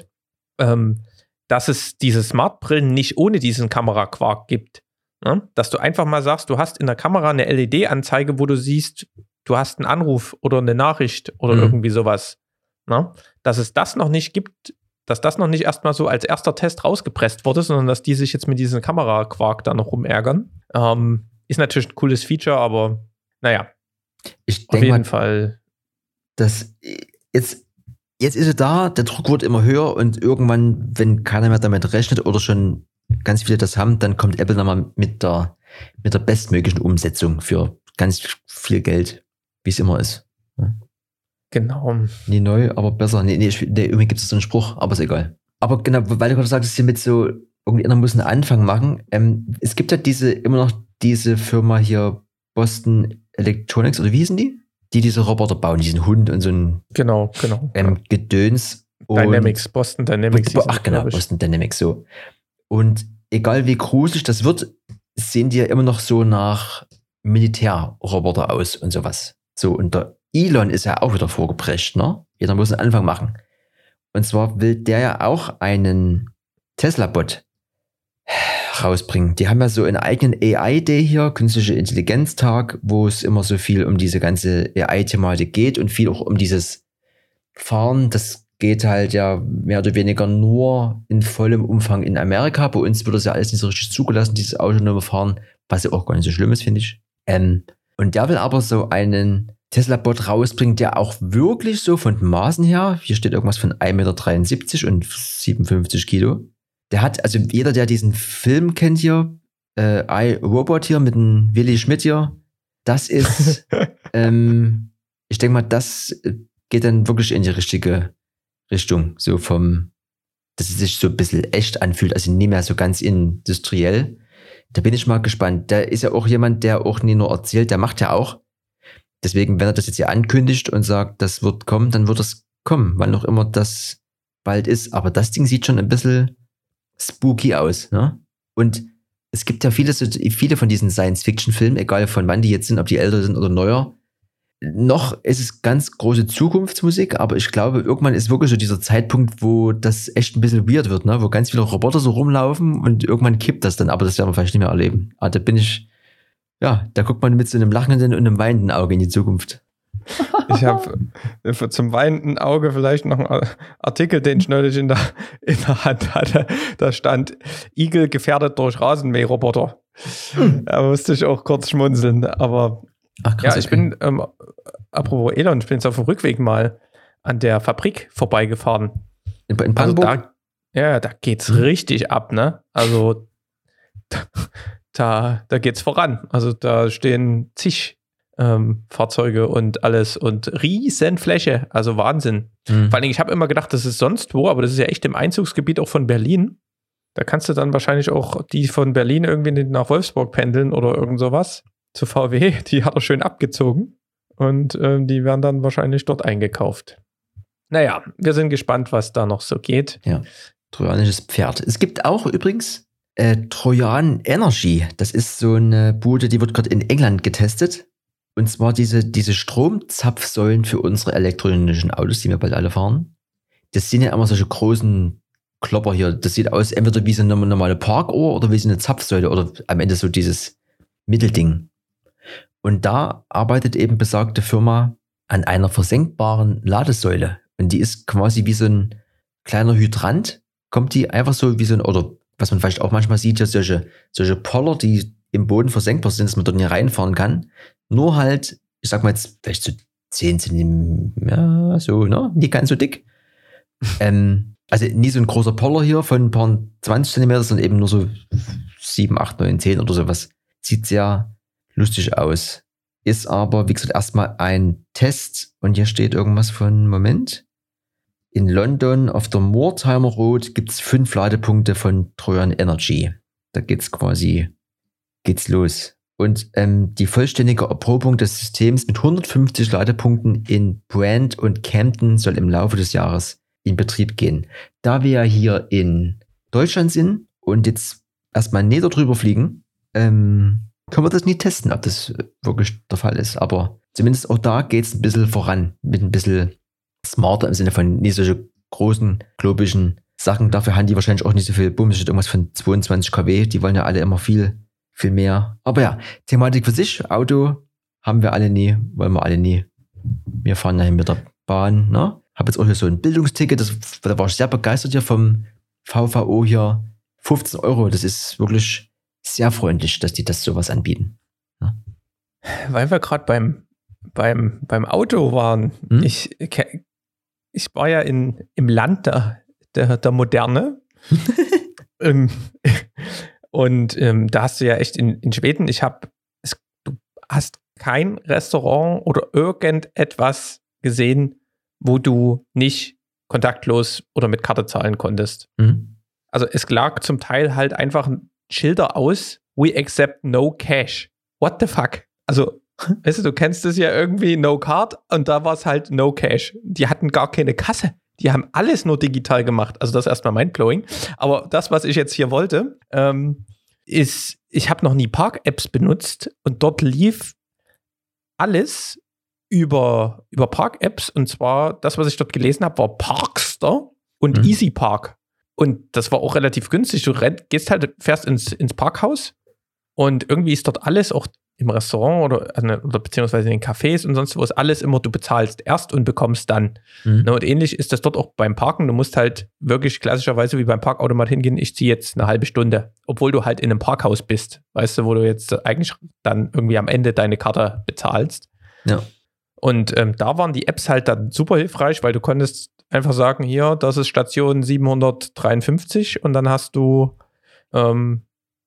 dass es diese Smart-Brillen nicht ohne diesen Kameraquark gibt. Ne? Dass du einfach mal sagst, du hast in der Kamera eine LED-Anzeige, wo du siehst, du hast einen Anruf oder eine Nachricht oder irgendwie sowas. Na, dass es das noch nicht gibt, dass das noch nicht erstmal so als erster Test rausgepresst wurde, sondern dass die sich jetzt mit diesem Kameraquark da noch rumärgern. Ist natürlich ein cooles Feature, aber naja. Ich denke auf jeden Fall. Dass jetzt ist er da, der Druck wird immer höher und irgendwann, wenn keiner mehr damit rechnet oder schon ganz viele das haben, dann kommt Apple nochmal mit der bestmöglichen Umsetzung für ganz viel Geld, wie es immer ist. Ja. Genau. Nie neu, aber besser. Nee, irgendwie gibt es so einen Spruch, aber ist egal. Aber genau, weil du gerade sagst, hier mit so, irgendeiner muss einen Anfang machen. Es gibt ja immer noch diese Firma hier, Boston Electronics, oder wie hießen die? Die diese Roboter bauen, diesen Hund und so ein Genau. Gedöns. Dynamics, Boston Dynamics. Ach genau, Boston Dynamics, so. Und egal wie gruselig das wird, sehen die ja immer noch so nach Militärroboter aus und sowas. So, und der Elon ist ja auch wieder vorgeprescht, ne? Jeder muss einen Anfang machen. Und zwar will der ja auch einen Tesla-Bot rausbringen. Die haben ja so einen eigenen AI-Day hier, künstliche Intelligenz-Tag, wo es immer so viel um diese ganze AI-Thematik geht und viel auch um dieses Fahren. Das geht halt ja mehr oder weniger nur in vollem Umfang in Amerika. Bei uns wird das ja alles nicht so richtig zugelassen, dieses autonome Fahren, was ja auch gar nicht so schlimm ist, finde ich. Und der will aber so einen Tesla-Bot rausbringen, der auch wirklich so von den Maßen her, hier steht irgendwas von 1,73 Meter und 57 Kilo. Der hat, also jeder, der diesen Film kennt hier, iRobot hier mit dem Willi Schmidt hier, das ist, ich denke mal, das geht dann wirklich in die richtige Richtung. So dass es sich so ein bisschen echt anfühlt, also nicht mehr so ganz industriell. Da bin ich mal gespannt. Da ist ja auch jemand, der auch nicht nur erzählt, der macht ja auch. Deswegen, wenn er das jetzt hier ankündigt und sagt, das wird kommen, dann wird es kommen, wann auch immer das bald ist. Aber das Ding sieht schon ein bisschen spooky aus, ne? Und es gibt ja viele von diesen Science-Fiction-Filmen, egal von wann die jetzt sind, ob die älter sind oder neuer. Noch ist es ganz große Zukunftsmusik, aber ich glaube, irgendwann ist wirklich so dieser Zeitpunkt, wo das echt ein bisschen weird wird, ne? Wo ganz viele Roboter so rumlaufen und irgendwann kippt das dann, aber das werden wir vielleicht nicht mehr erleben. Da da guckt man mit so einem lachenden und einem weinenden Auge in die Zukunft. Ich habe zum weinenden Auge vielleicht noch einen Artikel, den ich neulich in der Hand hatte. Da stand, Igel gefährdet durch Rasenmäherroboter. Da musste ich auch kurz schmunzeln, aber ach, krass, ja, ich bin, apropos Elon, ich bin jetzt auf dem Rückweg mal an der Fabrik vorbeigefahren. In Brandenburg? Also da geht's richtig ab, ne? Also da geht's voran. Also da stehen zig Fahrzeuge und alles und Riesenfläche, also Wahnsinn. Vor allem, ich habe immer gedacht, das ist sonst wo, aber das ist ja echt im Einzugsgebiet auch von Berlin. Da kannst du dann wahrscheinlich auch die von Berlin irgendwie nach Wolfsburg pendeln oder irgend sowas. Zu VW, die hat er schön abgezogen und die werden dann wahrscheinlich dort eingekauft. Naja, wir sind gespannt, was da noch so geht. Ja, trojanisches Pferd. Es gibt auch übrigens Trojan Energy. Das ist so eine Bude, die wird gerade in England getestet. Und zwar diese Stromzapfsäulen für unsere elektronischen Autos, die wir bald alle fahren. Das sind ja immer solche großen Klopper hier. Das sieht aus entweder wie so eine normale Parkuhr oder wie so eine Zapfsäule oder am Ende so dieses Mittelding. Und da arbeitet eben besagte Firma an einer versenkbaren Ladesäule. Und die ist quasi wie so ein kleiner Hydrant. Kommt die einfach so wie so ein, oder was man vielleicht auch manchmal sieht, ja solche Poller, die im Boden versenkbar sind, dass man dort nicht reinfahren kann. Nur halt, ich sag mal jetzt vielleicht so 10 cm, ja, so, ne? Nicht ganz so dick. Also nie so ein großer Poller hier von ein paar 20 cm, sondern eben nur so 7, 8, 9, 10 oder sowas. Sieht sehr lustig aus. Ist aber, wie gesagt, erstmal ein Test. Und hier steht irgendwas von, Moment. In London auf der Mortimer Road gibt es 5 Ladepunkte von Trojan Energy. Da geht's los. Und die vollständige Erprobung des Systems mit 150 Ladepunkten in Brand und Camden soll im Laufe des Jahres in Betrieb gehen. Da wir ja hier in Deutschland sind und jetzt erstmal nicht darüber fliegen, können wir das nie testen, ob das wirklich der Fall ist. Aber zumindest auch da geht es ein bisschen voran, mit ein bisschen smarter im Sinne von nicht solche großen, globischen Sachen. Dafür haben die wahrscheinlich auch nicht so viel Bums, irgendwas von 22 kW. Die wollen ja alle immer viel mehr. Aber ja, Thematik für sich, Auto haben wir alle nie, wollen wir alle nie. Wir fahren dahin mit der Bahn, ne? Habe jetzt auch hier so ein Bildungsticket, da war ich sehr begeistert hier vom VVO hier. 15 €, das ist wirklich sehr freundlich, dass die das sowas anbieten. Ja. Weil wir gerade beim Auto waren, ich war ja im Land der Moderne. Und da hast du ja echt in Schweden, du hast kein Restaurant oder irgendetwas gesehen, wo du nicht kontaktlos oder mit Karte zahlen konntest. Also es lag zum Teil halt einfach Schilder aus, we accept no cash. What the fuck? Also, weißt du kennst das ja irgendwie, no card, und da war es halt no cash. Die hatten gar keine Kasse. Die haben alles nur digital gemacht. Also das ist erstmal mindblowing. Aber das, was ich jetzt hier wollte, ist, ich habe noch nie Park-Apps benutzt und dort lief alles über Park-Apps, und zwar das, was ich dort gelesen habe, war Parkster und Easy Park. Und das war auch relativ günstig. Du fährst ins Parkhaus und irgendwie ist dort alles, auch im Restaurant oder beziehungsweise in den Cafés und sonst wo, ist alles immer, du bezahlst erst und bekommst dann. Und ähnlich ist das dort auch beim Parken. Du musst halt wirklich klassischerweise wie beim Parkautomat hingehen, ich ziehe jetzt eine halbe Stunde, obwohl du halt in einem Parkhaus bist, weißt du, wo du jetzt eigentlich dann irgendwie am Ende deine Karte bezahlst. Ja. Und da waren die Apps halt dann super hilfreich, weil du konntest einfach sagen, hier, das ist Station 753 und dann hast du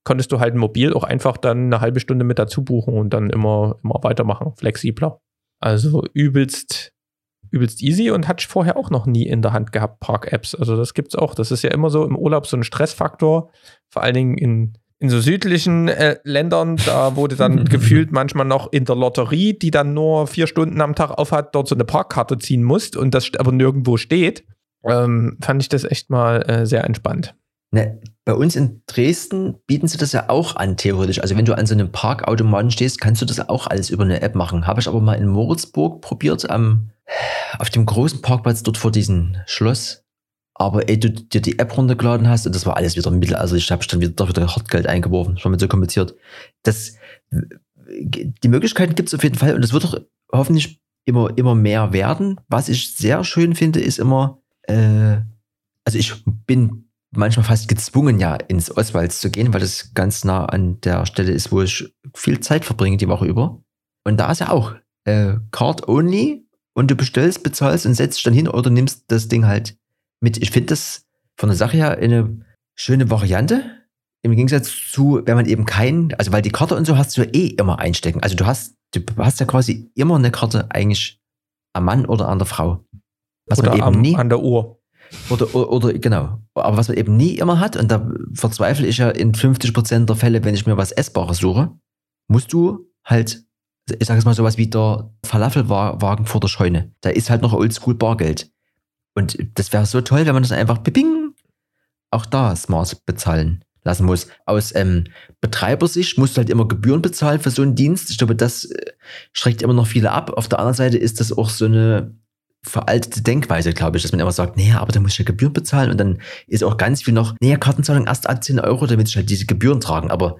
konntest du halt mobil auch einfach dann eine halbe Stunde mit dazu buchen und dann immer weitermachen, flexibler. Also übelst easy und hatte ich vorher auch noch nie in der Hand gehabt, Park-Apps. Also das gibt's auch. Das ist ja immer so im Urlaub so ein Stressfaktor, vor allen Dingen in so südlichen Ländern, da wurde dann gefühlt manchmal noch in der Lotterie, die dann nur 4 Stunden am Tag aufhat, dort so eine Parkkarte ziehen musst und das aber nirgendwo steht. Fand ich das echt mal sehr entspannt. Ne, bei uns in Dresden bieten sie das ja auch an, theoretisch. Also wenn du an so einem Parkautomaten stehst, kannst du das auch alles über eine App machen. Habe ich aber mal in Moritzburg probiert, auf dem großen Parkplatz dort vor diesem Schloss. Aber du dir die App runtergeladen hast und das war alles wieder mittel. Also ich habe dann wieder Hartgeld eingeworfen. Das war mir so kompliziert. Die Möglichkeiten gibt es auf jeden Fall und es wird doch hoffentlich immer mehr werden. Was ich sehr schön finde, ist immer, also ich bin manchmal fast gezwungen, ja, ins Oswalds zu gehen, weil das ganz nah an der Stelle ist, wo ich viel Zeit verbringe die Woche über. Und da ist ja auch Card only und du bestellst, bezahlst und setzt dich dann hin oder nimmst das Ding halt mit. Ich finde das von der Sache her eine schöne Variante. Im Gegensatz zu, wenn man eben also weil die Karte und so hast du ja immer einstecken. Also du hast ja quasi immer eine Karte eigentlich am Mann oder an der Frau. Was oder man eben nie an der Uhr. Oder genau. Aber was man eben nie immer hat, und da verzweifle ich ja in 50% der Fälle, wenn ich mir was Essbares suche, musst du halt, ich sage es mal sowas wie der Falafelwagen vor der Scheune. Da ist halt noch Oldschool Bargeld. Und das wäre so toll, wenn man das einfach bing, auch da smart bezahlen lassen muss. Aus Betreibersicht musst du halt immer Gebühren bezahlen für so einen Dienst. Ich glaube, das schreckt immer noch viele ab. Auf der anderen Seite ist das auch so eine veraltete Denkweise, glaube ich, dass man immer sagt, nee, aber da muss ich ja Gebühren bezahlen und dann ist auch ganz viel noch, nee, Kartenzahlung erst ab 10 €, damit ich halt diese Gebühren tragen, aber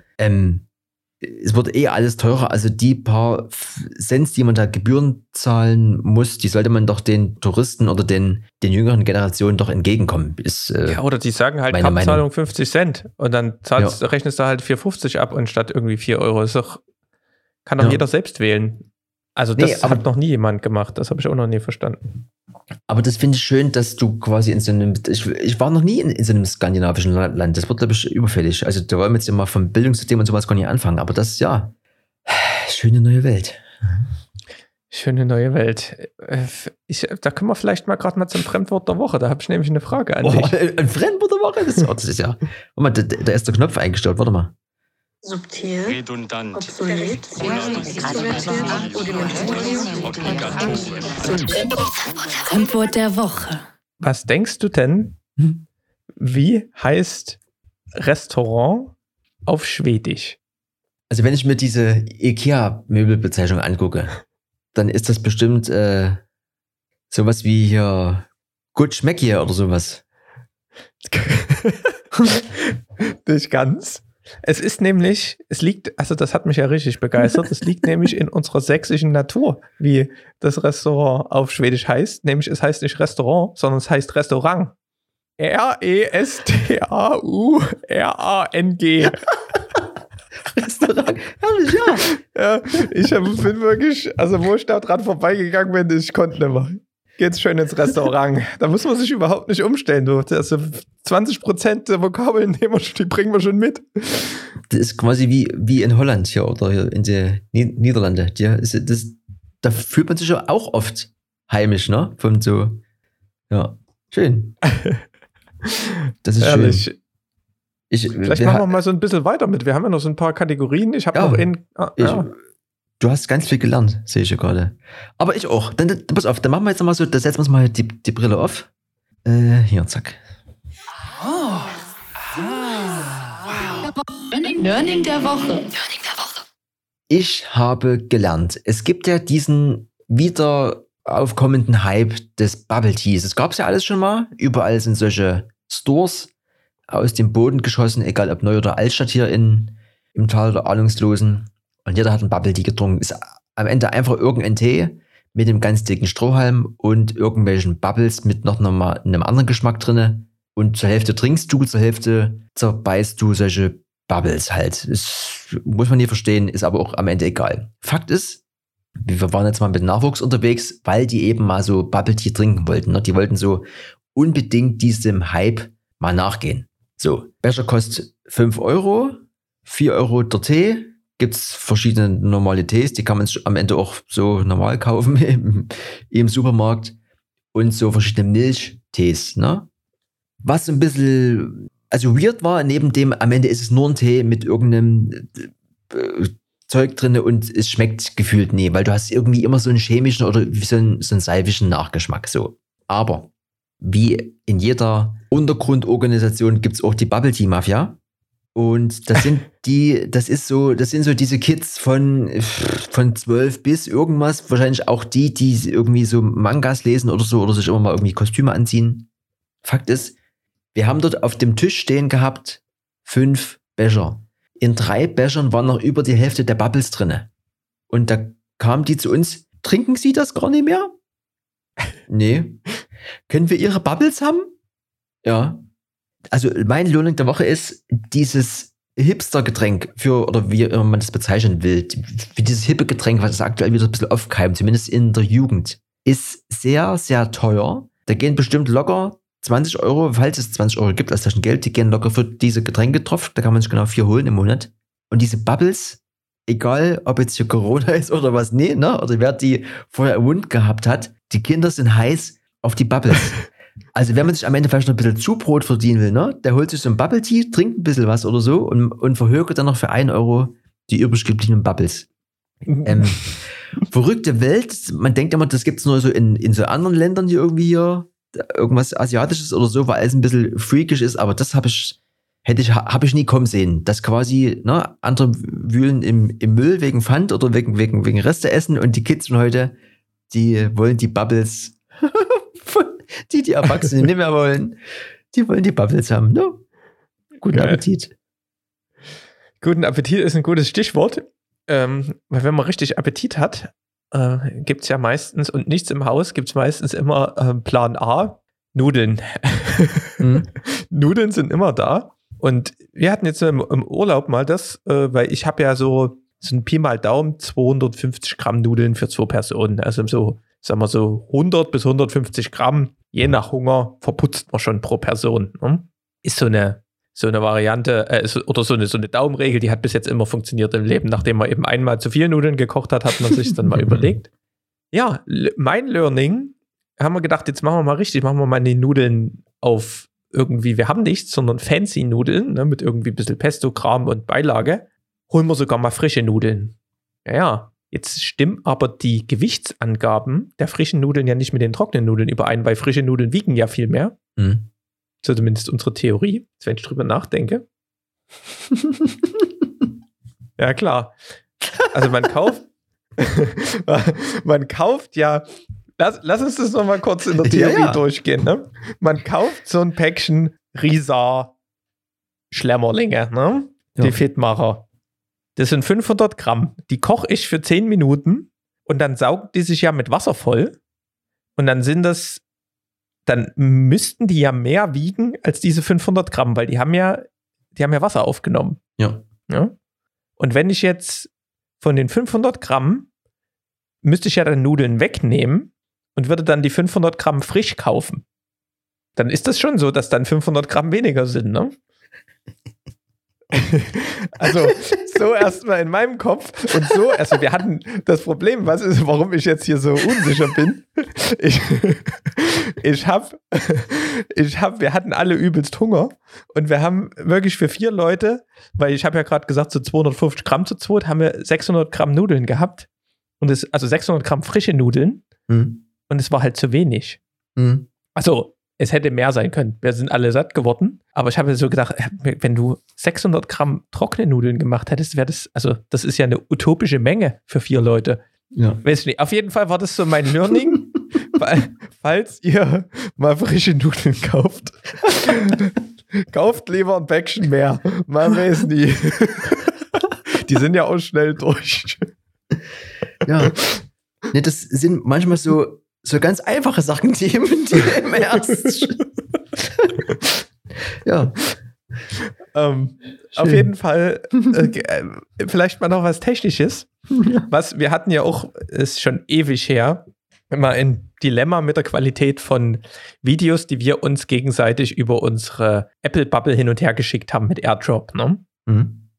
es wird alles teurer, also die paar Cent, die man da Gebühren zahlen muss, die sollte man doch den Touristen oder den jüngeren Generationen doch entgegenkommen. Ja, oder die sagen halt Kartenzahlung 50 Cent und dann rechnest du halt 4,50 ab und statt irgendwie 4 €. Das ist doch, kann doch jeder selbst wählen. Also das hat noch nie jemand gemacht, das habe ich auch noch nie verstanden. Aber das finde ich schön, dass du quasi in so einem, ich war noch nie in so einem skandinavischen Land, das wird, glaube ich, überfällig. Also da wollen wir jetzt ja mal vom Bildungssystem und sowas gar nicht anfangen, aber das ist ja, schöne neue Welt. Schöne neue Welt. Da können wir vielleicht mal gerade mal zum Fremdwort der Woche, da habe ich nämlich eine Frage an dich. Ein Fremdwort der Woche? Das ist ja, warte mal, da ist der Knopf eingestellt, warte mal. Subtil, redundant, obsolet, Fremdwort der Woche. Was denkst du denn, wie heißt Restaurant auf Schwedisch? Also wenn ich mir diese IKEA-Möbelbezeichnung angucke, dann ist das bestimmt sowas wie hier Gut Schmeck hier oder sowas. Nicht ganz. Es ist nämlich, also das hat mich ja richtig begeistert, es liegt nämlich in unserer sächsischen Natur, wie das Restaurant auf Schwedisch heißt. Nämlich es heißt nicht Restaurant, sondern es heißt Restaurant. R-E-S-T-A-U-R-A-N-G. Restaurant, herrlich, ja. Ich bin wirklich, also wo ich da dran vorbeigegangen bin, ich konnte nicht mehr. Geht's schön ins Restaurant. Da muss man sich überhaupt nicht umstellen. Also 20% der Vokabeln die bringen wir schon mit. Das ist quasi wie in Holland hier oder hier in den Niederlande. Da fühlt man sich ja auch oft heimisch, ne? Von so, ja, schön. Das ist ehrlich. Schön. Vielleicht machen wir mal so ein bisschen weiter mit. Wir haben ja noch so ein paar Kategorien. Ich habe noch Du hast ganz viel gelernt, sehe ich ja gerade. Aber ich auch. Dann pass auf, dann machen wir jetzt mal so, da setzen wir uns mal die Brille auf. Hier, zack. Learning der Woche. Ich habe gelernt. Es gibt ja diesen wieder aufkommenden Hype des Bubble Teas. Das gab es ja alles schon mal. Überall sind solche Stores aus dem Boden geschossen, egal ob Neu- oder Altstadt hier im Tal der Ahnungslosen. Und jeder hat einen Bubble Tea getrunken. Ist am Ende einfach irgendein Tee mit einem ganz dicken Strohhalm und irgendwelchen Bubbles mit noch mal einem anderen Geschmack drinne. Und zur Hälfte trinkst du, zur Hälfte zerbeißt du solche Bubbles halt. Das muss man nie verstehen, ist aber auch am Ende egal. Fakt ist, wir waren jetzt mal mit Nachwuchs unterwegs, weil die eben mal so Bubble Tea trinken wollten. Ne? Die wollten so unbedingt diesem Hype mal nachgehen. So, Becher kostet 5 €. 4 Euro der Tee. Gibt es verschiedene normale Tees, die kann man am Ende auch so normal kaufen im Supermarkt. Und so verschiedene Milchtees, ne? Was ein bisschen, also weird war, neben dem, am Ende ist es nur ein Tee mit irgendeinem Zeug drin und es schmeckt gefühlt nie, weil du hast irgendwie immer so einen chemischen oder so einen salbischen Nachgeschmack, so. Aber wie in jeder Untergrundorganisation gibt es auch die Bubble Tea Mafia. Und das sind so diese Kids von 12 bis irgendwas, wahrscheinlich auch die irgendwie so Mangas lesen oder so oder sich immer mal irgendwie Kostüme anziehen. Fakt ist, wir haben dort auf dem Tisch stehen gehabt 5 Becher. In 3 Bechern waren noch über die Hälfte der Bubbles drinne. Und da kamen die zu uns, trinken Sie das gar nicht mehr? Nee. Können wir Ihre Bubbles haben? Ja. Also mein Learning der Woche ist, dieses Hipster-Getränk oder wie man das bezeichnen will, wie dieses hippe Getränk, was aktuell wieder ein bisschen aufkeimt, zumindest in der Jugend, ist sehr, sehr teuer. Da gehen bestimmt locker 20 Euro, falls es 20 Euro gibt als Taschengeld, die gehen locker für diese Getränke drauf. Da kann man sich genau 4 holen im Monat. Und diese Bubbles, egal ob jetzt hier Corona ist oder was, nee, ne? Oder wer die vorher im Mund gehabt hat, die Kinder sind heiß auf die Bubbles. Also wenn man sich am Ende vielleicht noch ein bisschen Zubrot verdienen will, ne, der holt sich so ein Bubble Tea, trinkt ein bisschen was oder so und verhökert dann noch für 1 Euro die übrig gebliebenen Bubbles. Verrückte Welt, man denkt immer, das gibt's nur so in so anderen Ländern hier irgendwie hier, irgendwas Asiatisches oder so, weil alles ein bisschen freakish ist, aber das habe ich nie kommen sehen. Das quasi, ne, andere wühlen im Müll wegen Pfand oder wegen Resteessen und die Kids von heute, die wollen die Bubbles die Erwachsenen nicht mehr wollen, die wollen die Bubbles haben, ne? Guten Appetit. Guten Appetit ist ein gutes Stichwort, weil wenn man richtig Appetit hat, gibt es ja meistens, und nichts im Haus, gibt es meistens immer Plan A, Nudeln. Nudeln sind immer da. Und wir hatten jetzt im Urlaub mal das, weil ich habe ja so ein Pi mal Daumen 250 Gramm Nudeln für 2 Personen. Also so, sagen wir so 100 bis 150 Gramm, je nach Hunger, verputzt man schon pro Person. Ne? Ist so eine Variante, oder so eine Daumenregel, die hat bis jetzt immer funktioniert im Leben. Nachdem man eben einmal zu viel Nudeln gekocht hat, hat man sich dann mal überlegt. Ja, mein Learning, haben wir gedacht, jetzt machen wir mal richtig, machen wir mal die Nudeln auf irgendwie, wir haben nichts, sondern fancy Nudeln, ne, mit irgendwie ein bisschen Pesto-Kram und Beilage. Holen wir sogar mal frische Nudeln. Ja, jetzt stimmen aber die Gewichtsangaben der frischen Nudeln ja nicht mit den trockenen Nudeln überein, weil frische Nudeln wiegen ja viel mehr. So zumindest unsere Theorie, wenn ich drüber nachdenke. Ja, klar. Also man kauft ja, lass uns das nochmal kurz in der Theorie durchgehen. Ne? Man kauft so ein Päckchen Risa Schlemmerlinge, ne? Die Fitmacher. Das sind 500 Gramm. Die koche ich für 10 Minuten und dann saugen die sich ja mit Wasser voll. Und dann müssten die ja mehr wiegen als diese 500 Gramm, weil die haben ja Wasser aufgenommen. Ja. Und wenn ich jetzt von den 500 Gramm müsste ich ja dann Nudeln wegnehmen und würde dann die 500 Gramm frisch kaufen. Dann ist das schon so, dass dann 500 Gramm weniger sind, ne? Also so erstmal in meinem Kopf und so, also wir hatten das Problem, warum ich jetzt hier so unsicher bin. Wir hatten alle übelst Hunger und wir haben wirklich für 4 Leute, weil ich habe ja gerade gesagt, so 250 Gramm zu zweit, haben wir 600 Gramm Nudeln gehabt und also 600 Gramm frische Nudeln und es war halt zu wenig. Also es hätte mehr sein können. Wir sind alle satt geworden. Aber ich habe so gedacht, wenn du 600 Gramm trockene Nudeln gemacht hättest, wäre das, also das ist ja eine utopische Menge für 4 Leute. Ja. Weiß nicht. Auf jeden Fall war das so mein Learning. Falls ihr mal frische Nudeln kauft, kauft lieber ein Päckchen mehr. Man weiß nie. Die sind ja auch schnell durch. Ja. Nee, das sind manchmal so ganz einfache Sachen, die im Ernst. Ja. Auf jeden Fall vielleicht mal noch was Technisches. Ja. Wir hatten ja auch, ist schon ewig her, immer ein Dilemma mit der Qualität von Videos, die wir uns gegenseitig über unsere Apple-Bubble hin und her geschickt haben mit AirDrop. Ne? Und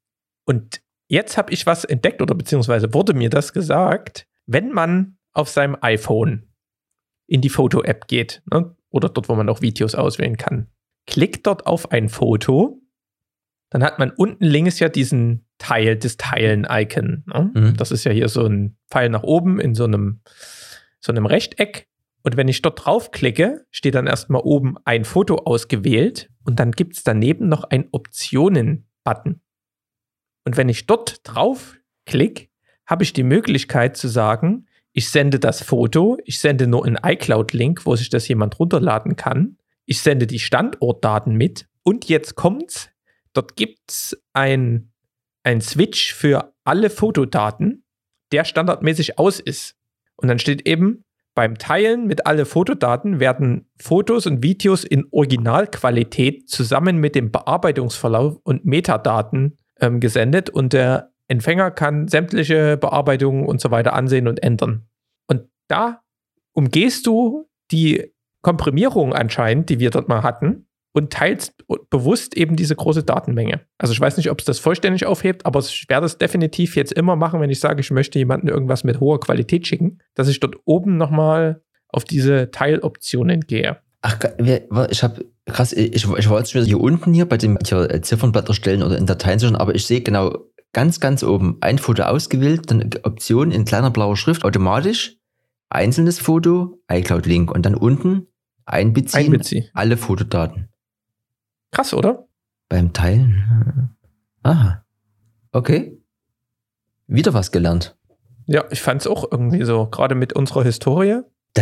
Und jetzt habe ich was entdeckt oder beziehungsweise wurde mir das gesagt, wenn man auf seinem iPhone in die Foto-App geht, ne, oder dort, wo man auch Videos auswählen kann, klickt dort auf ein Foto, dann hat man unten links ja diesen Teil, das Teilen-Icon. Ne? Mhm. Das ist ja hier so ein Pfeil nach oben in so einem Rechteck. Und wenn ich dort draufklicke, steht dann erstmal oben ein Foto ausgewählt und dann gibt es daneben noch einen Optionen-Button. Und wenn ich dort draufklicke, habe ich die Möglichkeit zu sagen, ich sende das Foto, ich sende nur einen iCloud-Link, wo sich das jemand runterladen kann. Ich sende die Standortdaten mit und jetzt kommt's, dort gibt's ein Switch für alle Fotodaten, der standardmäßig aus ist. Und dann steht eben, beim Teilen mit alle Fotodaten werden Fotos und Videos in Originalqualität zusammen mit dem Bearbeitungsverlauf und Metadaten gesendet und der Empfänger kann sämtliche Bearbeitungen und so weiter ansehen und ändern. Und da umgehst du die Komprimierung anscheinend, die wir dort mal hatten, und teilst bewusst eben diese große Datenmenge. Also ich weiß nicht, ob es das vollständig aufhebt, aber ich werde es definitiv jetzt immer machen, wenn ich sage, ich möchte jemandem irgendwas mit hoher Qualität schicken, dass ich dort oben nochmal auf diese Teiloptionen gehe. Ach, ich habe krass, ich wollte es mir hier unten bei dem Ziffernblatt erstellen oder in Dateien suchen, aber ich sehe genau ganz, ganz oben ein Foto ausgewählt, dann Option in kleiner blauer Schrift, automatisch, einzelnes Foto, iCloud-Link und dann unten einbeziehen. Alle Fotodaten. Krass, oder? Beim Teilen? Aha. Okay. Wieder was gelernt. Ja, ich fand es auch irgendwie so, gerade mit unserer Historie.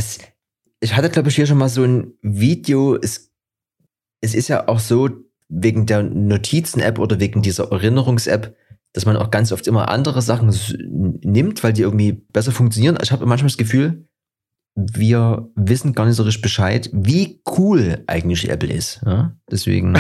Ich hatte, glaube ich, hier schon mal so ein Video. Es ist ja auch so, wegen der Notizen-App oder wegen dieser Erinnerungs-App, dass man auch ganz oft immer andere Sachen nimmt, weil die irgendwie besser funktionieren. Ich habe manchmal das Gefühl, wir wissen gar nicht so richtig Bescheid, wie cool eigentlich Apple ist. Ja? Deswegen.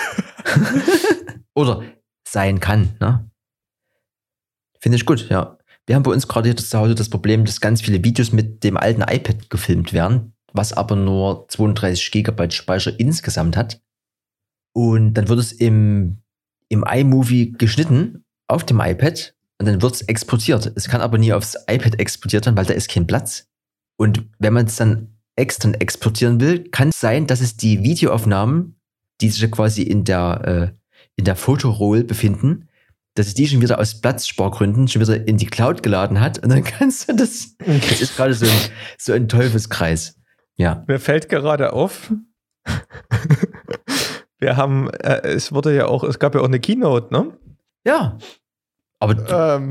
Oder sein kann. Ne? Finde ich gut, ja. Wir haben bei uns gerade hier zu Hause das Problem, dass ganz viele Videos mit dem alten iPad gefilmt werden, was aber nur 32 GB Speicher insgesamt hat. Und dann wird es im iMovie geschnitten auf dem iPad und dann wird es exportiert. Es kann aber nie aufs iPad exportiert werden, weil da ist kein Platz. Und wenn man es dann extern exportieren will, kann es sein, dass es die Videoaufnahmen, die sich ja quasi in der Fotoroll befinden, dass es die schon wieder aus Platzspargründen schon wieder in die Cloud geladen hat. Und dann kannst du das ist gerade so ein Teufelskreis. Ja. Mir fällt gerade auf, wir haben, es gab ja auch eine Keynote, ne? Ja. Aber,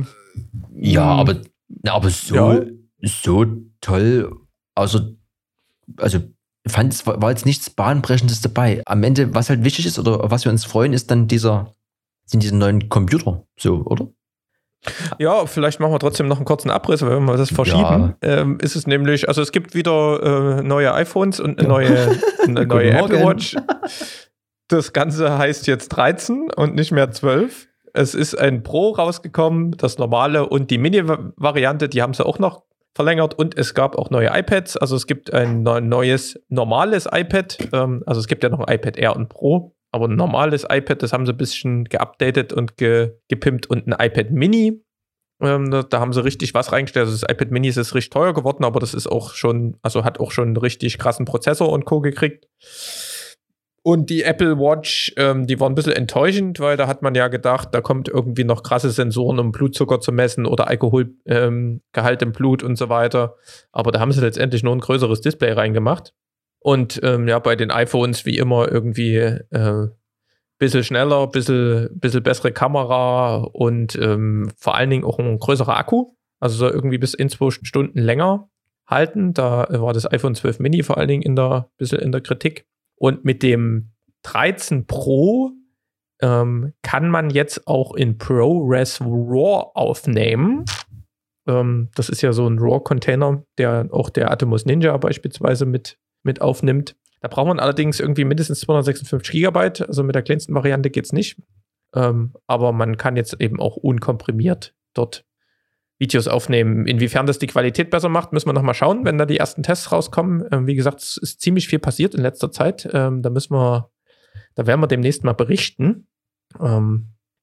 aber so toll, also ich fand, es war jetzt nichts Bahnbrechendes dabei. Am Ende, was halt wichtig ist oder auf was wir uns freuen, ist dann sind diese neuen Computer, so, oder? Ja, vielleicht machen wir trotzdem noch einen kurzen Abriss, weil wenn wir das verschieben, ist es nämlich, also es gibt wieder neue iPhones und eine neue Apple Watch. Das Ganze heißt jetzt 13 und nicht mehr 12. Es ist ein Pro rausgekommen, das normale und die Mini-Variante, die haben sie auch noch verlängert und es gab auch neue iPads. Also es gibt ein neues normales iPad. Also es gibt ja noch ein iPad Air und Pro, aber ein normales iPad, das haben sie ein bisschen geupdatet und gepimpt und ein iPad Mini. Da haben sie richtig was reingestellt. Also das iPad Mini ist richtig teuer geworden, aber das ist auch schon, also hat auch schon einen richtig krassen Prozessor und Co. gekriegt. Und die Apple Watch, die war ein bisschen enttäuschend, weil da hat man ja gedacht, da kommt irgendwie noch krasse Sensoren, um Blutzucker zu messen oder Alkoholgehalt im Blut und so weiter. Aber da haben sie letztendlich nur ein größeres Display reingemacht. Und bei den iPhones wie immer irgendwie bisschen schneller, bisschen bessere Kamera und vor allen Dingen auch ein größerer Akku. Also soll irgendwie bis in 2 Stunden länger halten. Da war das iPhone 12 Mini vor allen Dingen in der Kritik. Und mit dem 13 Pro kann man jetzt auch in ProRes RAW aufnehmen. Das ist ja so ein RAW-Container, der auch der Atomos Ninja beispielsweise mit aufnimmt. Da braucht man allerdings irgendwie mindestens 256 GB. Also mit der kleinsten Variante geht es nicht. Aber man kann jetzt eben auch unkomprimiert dort Videos aufnehmen. Inwiefern das die Qualität besser macht, müssen wir noch mal schauen, wenn da die ersten Tests rauskommen. Wie gesagt, es ist ziemlich viel passiert in letzter Zeit. Da werden wir demnächst mal berichten.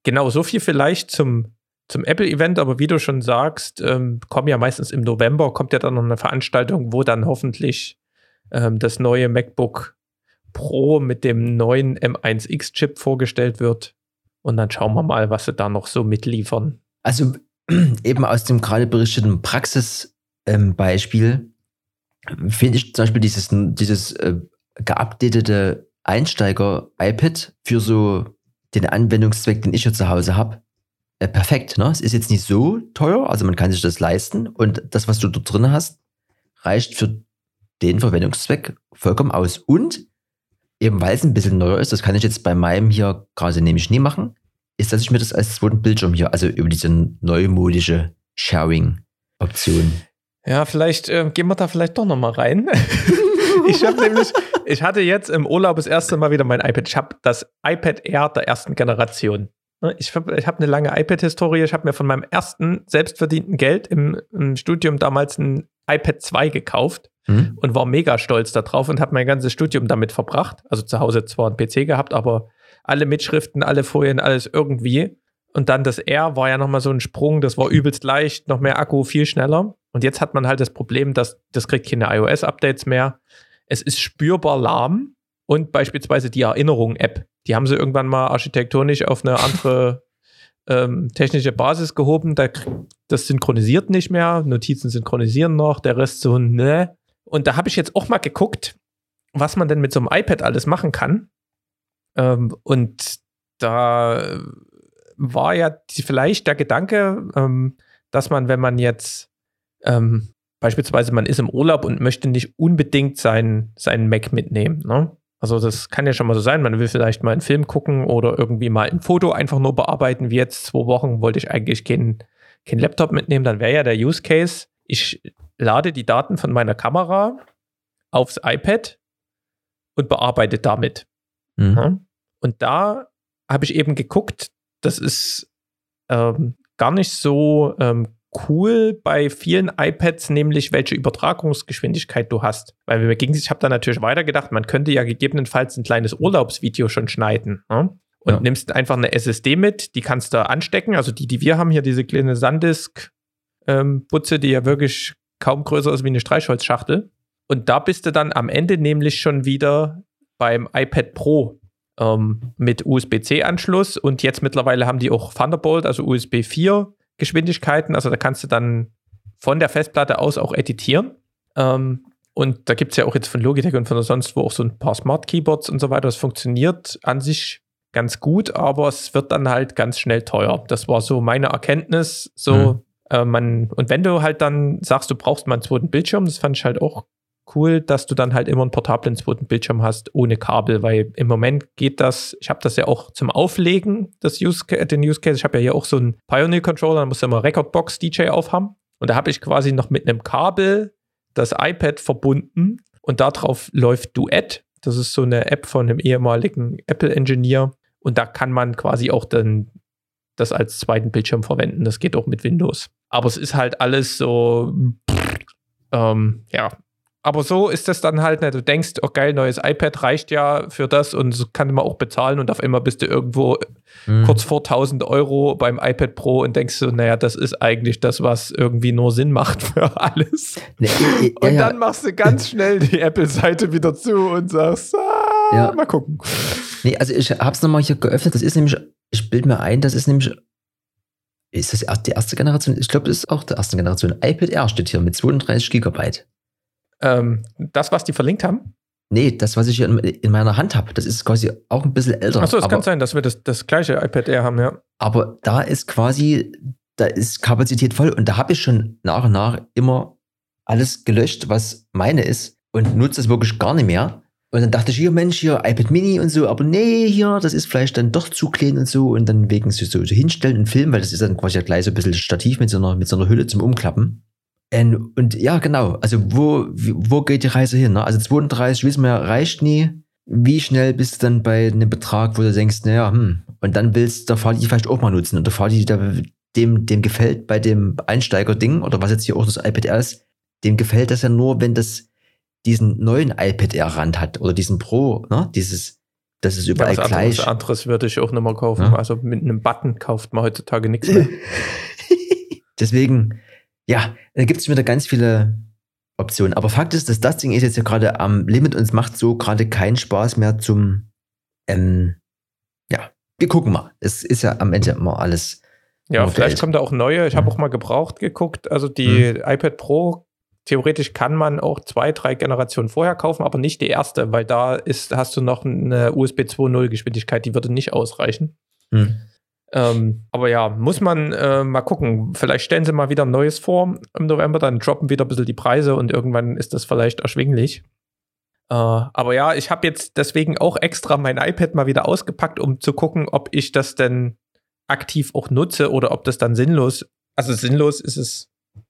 Genau, so viel vielleicht zum Apple-Event, aber wie du schon sagst, kommen ja meistens im November, kommt ja dann noch eine Veranstaltung, wo dann hoffentlich das neue MacBook Pro mit dem neuen M1X-Chip vorgestellt wird. Und dann schauen wir mal, was sie da noch so mitliefern. Also eben aus dem gerade berichteten Praxisbeispiel finde ich zum Beispiel dieses geupdatete Einsteiger-iPad für so den Anwendungszweck, den ich hier zu Hause habe, perfekt. Ne? Es ist jetzt nicht so teuer, also man kann sich das leisten und das, was du dort drin hast, reicht für den Verwendungszweck vollkommen aus. Und eben weil es ein bisschen neuer ist, das kann ich jetzt bei meinem hier gerade nämlich nie machen, ist, dass ich mir das als zweiten Bildschirm hier, also über diese neumodische Sharing-Option. Ja, vielleicht gehen wir da vielleicht doch noch mal rein. Ich hatte jetzt im Urlaub das erste Mal wieder mein iPad. Ich habe das iPad Air der ersten Generation. Ich hab eine lange iPad-Historie. Ich habe mir von meinem ersten selbstverdienten Geld im Studium damals ein iPad 2 gekauft und war mega stolz darauf und habe mein ganzes Studium damit verbracht. Also zu Hause zwar einen PC gehabt, aber alle Mitschriften, alle Folien, alles irgendwie. Und dann das Air war ja nochmal so ein Sprung, das war übelst leicht, noch mehr Akku, viel schneller. Und jetzt hat man halt das Problem, dass das kriegt keine iOS-Updates mehr. Es ist spürbar lahm und beispielsweise die Erinnerung-App, die haben sie irgendwann mal architektonisch auf eine andere technische Basis gehoben. Das synchronisiert nicht mehr, Notizen synchronisieren noch, der Rest so, ne. Und da habe ich jetzt auch mal geguckt, was man denn mit so einem iPad alles machen kann. Und da war ja vielleicht der Gedanke, dass man, wenn man jetzt beispielsweise man ist im Urlaub und möchte nicht unbedingt seinen Mac mitnehmen, ne? Also das kann ja schon mal so sein, man will vielleicht mal einen Film gucken oder irgendwie mal ein Foto einfach nur bearbeiten, wie jetzt 2 Wochen wollte ich eigentlich keinen Laptop mitnehmen, dann wäre ja der Use Case, ich lade die Daten von meiner Kamera aufs iPad und bearbeite damit. Ne? Und da habe ich eben geguckt, das ist gar nicht so cool bei vielen iPads, nämlich welche Übertragungsgeschwindigkeit du hast. Weil ich habe da natürlich weitergedacht, man könnte ja gegebenenfalls ein kleines Urlaubsvideo schon schneiden. Ne? Und nimmst einfach eine SSD mit, die kannst du anstecken, also die wir haben hier, diese kleine SanDisk-Butze, die ja wirklich kaum größer ist wie eine Streichholzschachtel. Und da bist du dann am Ende nämlich schon wieder beim iPad Pro mit USB-C-Anschluss und jetzt mittlerweile haben die auch Thunderbolt, also USB 4 Geschwindigkeiten, also da kannst du dann von der Festplatte aus auch editieren. Und da gibt es ja auch jetzt von Logitech und von sonst wo auch so ein paar Smart Keyboards und so weiter. Das funktioniert an sich ganz gut, aber es wird dann halt ganz schnell teuer. Das war so meine Erkenntnis. Und wenn du halt dann sagst, du brauchst mal einen zweiten Bildschirm, das fand ich halt auch cool, dass du dann halt immer einen portablen zweiten Bildschirm hast, ohne Kabel, weil im Moment geht das, ich habe das ja auch zum Auflegen, den Use Case, ich habe ja hier auch so einen Pioneer-Controller, da musst du immer Recordbox DJ aufhaben und da habe ich quasi noch mit einem Kabel das iPad verbunden und darauf läuft Duett, das ist so eine App von einem ehemaligen Apple-Engineer und da kann man quasi auch dann das als zweiten Bildschirm verwenden, das geht auch mit Windows. Aber es ist halt alles so, ja. Aber so ist das dann halt, ne? Du denkst, oh geil, neues iPad reicht ja für das und das kann man auch bezahlen und auf einmal bist du irgendwo kurz vor 1.000 € beim iPad Pro und denkst so, naja, das ist eigentlich das, was irgendwie nur Sinn macht für alles. Und dann machst du ganz schnell die Apple-Seite wieder zu und sagst, mal gucken. Nee, also ich hab's nochmal hier geöffnet, das ist nämlich, ich bilde mir ein, das ist nämlich, ist das die erste Generation? Ich glaube, das ist auch die erste Generation. iPad Air steht hier mit 32 GB. Das, was die verlinkt haben? Nee, das, was ich hier in meiner Hand habe, das ist quasi auch ein bisschen älter. Achso, es kann sein, dass wir das gleiche iPad Air haben, ja. Aber da ist Kapazität voll und da habe ich schon nach und nach immer alles gelöscht, was meine ist und nutze das wirklich gar nicht mehr. Und dann dachte ich, hier Mensch, hier iPad Mini und so, aber nee, hier, das ist vielleicht dann doch zu klein und so und dann wegen so hinstellen und filmen, weil das ist dann quasi gleich so ein bisschen Stativ mit so einer Hülle zum Umklappen. Und ja, genau, also wo geht die Reise hin? Ne? Also 32, wissen wir, reicht nie. Wie schnell bist du dann bei einem Betrag, wo du denkst, naja, und dann willst du der Fadi vielleicht auch mal nutzen und der Fadi, dem gefällt bei dem Einsteiger-Ding oder was jetzt hier auch das iPad Air ist, dem gefällt das ja nur, wenn das diesen neuen iPad Air Rand hat oder diesen Pro, ne? Dieses das ist überall gleich. Was anderes würde ich auch nicht mehr kaufen. Ja. Also mit einem Button kauft man heutzutage nichts mehr. Deswegen, ja, da gibt es wieder ganz viele Optionen. Aber Fakt ist, dass das Ding ist jetzt ja gerade am Limit und es macht so gerade keinen Spaß mehr zum, ja, wir gucken mal. Es ist ja am Ende immer alles. Ja, vielleicht kommt da auch neue. Ich habe auch mal gebraucht geguckt. Also die iPad Pro, theoretisch kann man auch 2, 3 Generationen vorher kaufen, aber nicht die erste, weil da hast du noch eine USB 2.0 Geschwindigkeit, die würde nicht ausreichen. Aber ja, muss man mal gucken. Vielleicht stellen sie mal wieder ein neues vor im November, dann droppen wieder ein bisschen die Preise und irgendwann ist das vielleicht erschwinglich. Aber ja, ich habe jetzt deswegen auch extra mein iPad mal wieder ausgepackt, um zu gucken, ob ich das denn aktiv auch nutze oder ob das dann sinnlos ist es.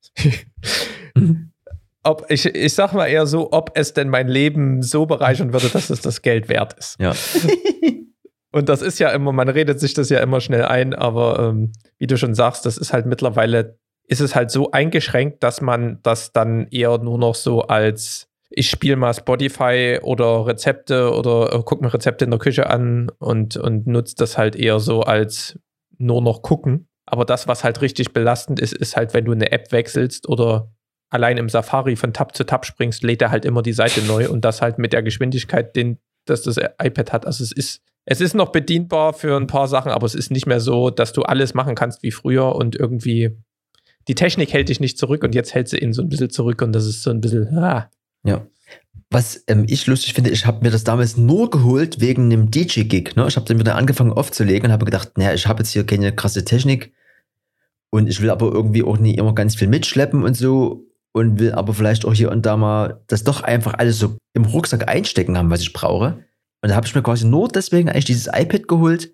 Ich sag mal eher so, ob es denn mein Leben so bereichern würde, dass es das Geld wert ist. Ja. Und das ist ja immer, man redet sich das ja immer schnell ein, aber wie du schon sagst, das ist halt mittlerweile, ist es halt so eingeschränkt, dass man das dann eher nur noch so als, ich spiele mal Spotify oder Rezepte oder gucke mir Rezepte in der Küche an und nutze das halt eher so als nur noch gucken. Aber das, was halt richtig belastend ist, ist halt, wenn du eine App wechselst oder allein im Safari von Tab zu Tab springst, lädt er halt immer die Seite neu und das halt mit der Geschwindigkeit, dass das iPad hat. Also es ist noch bedienbar für ein paar Sachen, aber es ist nicht mehr so, dass du alles machen kannst wie früher und irgendwie die Technik hält dich nicht zurück und jetzt hält sie ihn so ein bisschen zurück und das ist so ein bisschen, Ja. Was ich lustig finde, ich habe mir das damals nur geholt wegen einem DJ-Gig. Ne? Ich habe dann wieder angefangen aufzulegen und habe gedacht, naja, ich habe jetzt hier keine krasse Technik und ich will aber irgendwie auch nicht immer ganz viel mitschleppen und so und will aber vielleicht auch hier und da mal das doch einfach alles so im Rucksack einstecken haben, was ich brauche. Und da habe ich mir quasi nur deswegen eigentlich dieses iPad geholt.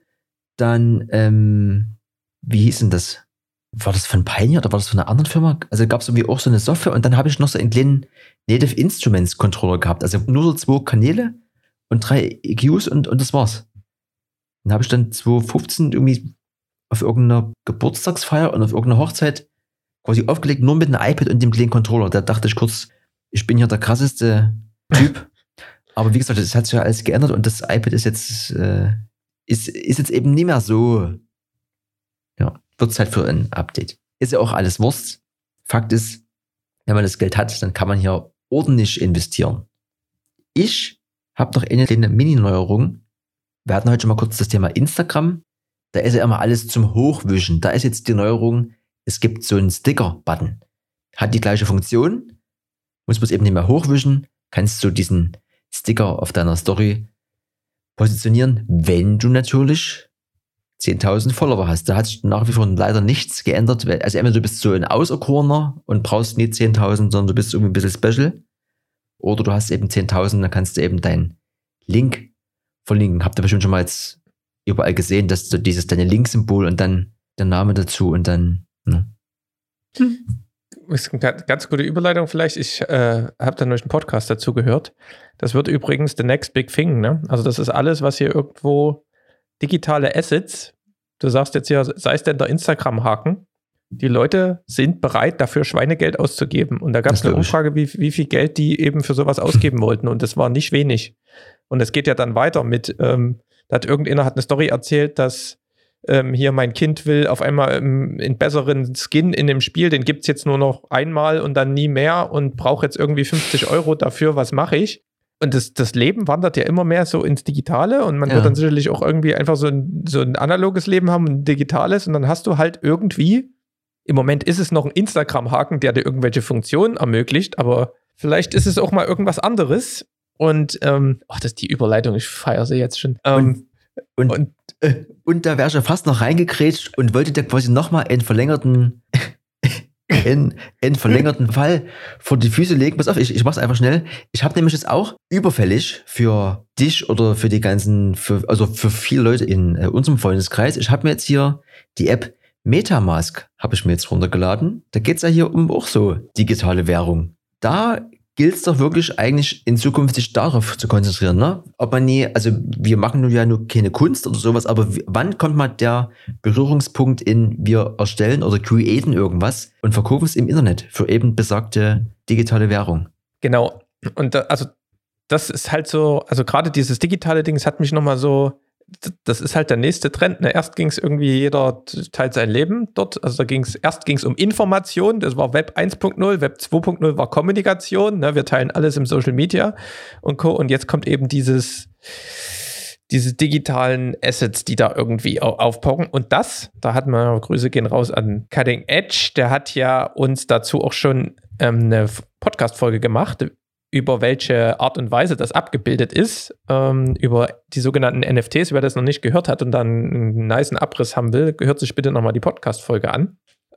Dann, wie hieß denn das? War das von Pioneer oder war das von einer anderen Firma? Also gab es irgendwie auch so eine Software und dann habe ich noch so einen kleinen Native Instruments Controller gehabt. Also nur so 2 Kanäle und 3 EQs und das war's. Dann habe ich dann 2015 irgendwie auf irgendeiner Geburtstagsfeier und auf irgendeiner Hochzeit quasi aufgelegt, nur mit einem iPad und dem kleinen Controller. Da dachte ich kurz, ich bin hier der krasseste Typ. Aber wie gesagt, das hat sich ja alles geändert und das iPad ist jetzt, ist jetzt eben nicht mehr so, ja, wird Zeit für ein Update. Ist ja auch alles Wurst. Fakt ist, wenn man das Geld hat, dann kann man hier ordentlich investieren. Ich habe noch eine kleine Mini-Neuerung. Wir hatten heute schon mal kurz das Thema Instagram. Da ist ja immer alles zum Hochwischen. Da ist jetzt die Neuerung, es gibt so einen Sticker-Button. Hat die gleiche Funktion, muss man es eben nicht mehr hochwischen, kannst du diesen Sticker auf deiner Story positionieren, wenn du natürlich 10.000 Follower hast. Da hat sich nach wie vor leider nichts geändert. Also entweder du bist so ein Auserkorener und brauchst nie 10.000, sondern du bist irgendwie ein bisschen special. Oder du hast eben 10.000, dann kannst du eben deinen Link verlinken. Habt ihr bestimmt schon mal jetzt überall gesehen, dass du deine Link-Symbol und dann der Name dazu und dann, ne? Das ist eine ganz gute Überleitung vielleicht. Ich habe da neulich einen Podcast dazu gehört. Das wird übrigens the next big thing, ne? Also das ist alles, was hier irgendwo digitale Assets, du sagst jetzt ja, sei es denn der Instagram-Haken, die Leute sind bereit, dafür Schweinegeld auszugeben. Und da gab es eine Umfrage, wie viel Geld die eben für sowas ausgeben wollten. Und das war nicht wenig. Und es geht ja dann weiter mit, da hat irgendeiner eine Story erzählt, dass hier mein Kind will auf einmal einen besseren Skin in dem Spiel, den gibt es jetzt nur noch einmal und dann nie mehr und braucht jetzt irgendwie 50 € dafür, was mache ich? Und das Leben wandert ja immer mehr so ins Digitale und man wird dann sicherlich auch irgendwie einfach so ein analoges Leben haben, ein digitales und dann hast du halt irgendwie, im Moment ist es noch ein Instagram-Haken, der dir irgendwelche Funktionen ermöglicht, aber vielleicht ist es auch mal irgendwas anderes und das ist die Überleitung, ich feiere sie jetzt schon. Und da wäre schon fast noch reingekrätscht und wollte dir quasi nochmal einen verlängerten Fall vor die Füße legen. Pass auf, ich mach's einfach schnell. Ich habe nämlich jetzt auch überfällig für dich oder für die ganzen, also für viele Leute in unserem Freundeskreis. Ich habe mir jetzt hier die App Metamask habe ich mir jetzt runtergeladen. Da geht's ja hier um auch so digitale Währung. Da gilt es doch wirklich eigentlich in Zukunft sich darauf zu konzentrieren, ne? Ob man nie, also wir machen nun ja nur keine Kunst oder sowas, aber wann kommt mal der Berührungspunkt in, wir erstellen oder createn irgendwas und verkaufen es im Internet für eben besagte digitale Währung? Genau. Und das das ist halt so, also gerade dieses digitale Ding, das hat mich nochmal so, das ist halt der nächste Trend. Ne? Erst ging es irgendwie, jeder teilt sein Leben dort. Also erst ging es um Information, das war Web 1.0, Web 2.0 war Kommunikation. Ne? Wir teilen alles im Social Media und Co. Und jetzt kommt eben diese digitalen Assets, die da irgendwie aufpoppen. Und da hat man, Grüße gehen raus an Cutting Edge, der hat ja uns dazu auch schon eine Podcast-Folge gemacht, über welche Art und Weise das abgebildet ist, über die sogenannten NFTs. Wer das noch nicht gehört hat und dann einen nicen Abriss haben will, hört sich bitte nochmal die Podcast-Folge an.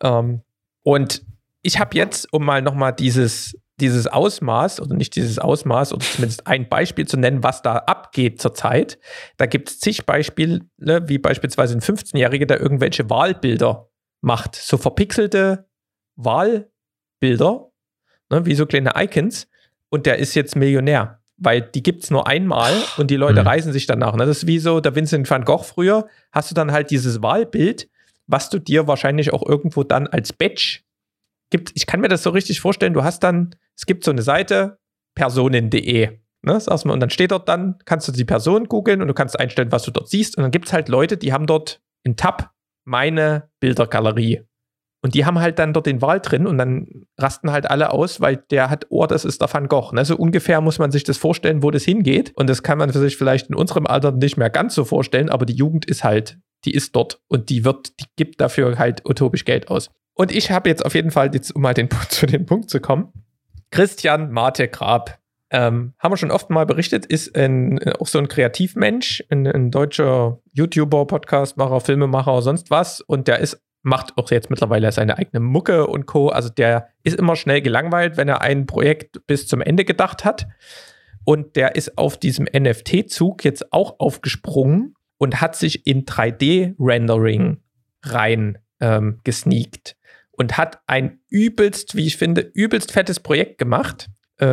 Und ich habe jetzt, um mal nochmal dieses Ausmaß, oder nicht dieses Ausmaß, oder zumindest ein Beispiel zu nennen, was da abgeht zurzeit. Da gibt es zig Beispiele, wie beispielsweise ein 15-Jähriger, der irgendwelche Wahlbilder macht. So verpixelte Wahlbilder, ne, wie so kleine Icons. Und der ist jetzt Millionär, weil die gibt es nur einmal und die Leute reisen sich danach. Ne? Das ist wie so der Vincent van Gogh früher. Hast du dann halt dieses Wahlbild, was du dir wahrscheinlich auch irgendwo dann als Badge gibt. Ich kann mir das so richtig vorstellen, du hast dann, es gibt so eine Seite, personen.de. Ne? Sagst du, und dann steht dort dann, kannst du die Person googeln und du kannst einstellen, was du dort siehst. Und dann gibt es halt Leute, die haben dort einen Tab, meine Bildergalerie. Und die haben halt dann dort den Wahl drin und dann rasten halt alle aus, weil der hat, das ist der Van Gogh. Ne? So ungefähr muss man sich das vorstellen, wo das hingeht. Und das kann man für sich vielleicht in unserem Alter nicht mehr ganz so vorstellen, aber die Jugend ist halt, die ist dort und die gibt dafür halt utopisch Geld aus. Und ich habe jetzt auf jeden Fall, um mal zu dem Punkt zu kommen, Christian Mate-Grab, haben wir schon oft mal berichtet, ist auch so ein Kreativmensch, ein deutscher YouTuber, Podcastmacher, Filmemacher, sonst was. Und der macht auch jetzt mittlerweile seine eigene Mucke und Co. Also der ist immer schnell gelangweilt, wenn er ein Projekt bis zum Ende gedacht hat. Und der ist auf diesem NFT-Zug jetzt auch aufgesprungen und hat sich in 3D-Rendering rein gesneakt und hat ein übelst fettes Projekt gemacht.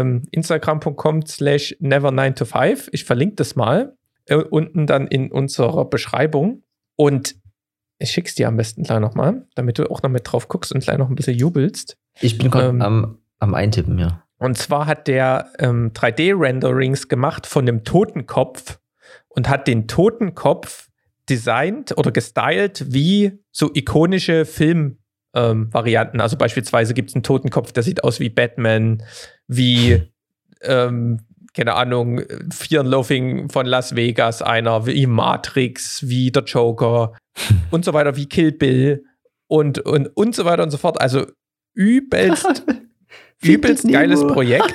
Instagram.com/never9to5. Ich verlinke das mal unten dann in unserer Beschreibung. Und ich schick's dir am besten gleich nochmal, damit du auch noch mit drauf guckst und gleich noch ein bisschen jubelst. Ich bin gerade am Eintippen, ja. Und zwar hat der 3D-Renderings gemacht von dem Totenkopf und hat den Totenkopf designt oder gestylt wie so ikonische Filmvarianten. Also beispielsweise gibt es einen Totenkopf, der sieht aus wie Batman, wie keine Ahnung, Fear and Loathing von Las Vegas wie Matrix, wie der Joker und so weiter, wie Kill Bill und so weiter und so fort. Also übelst geiles Projekt.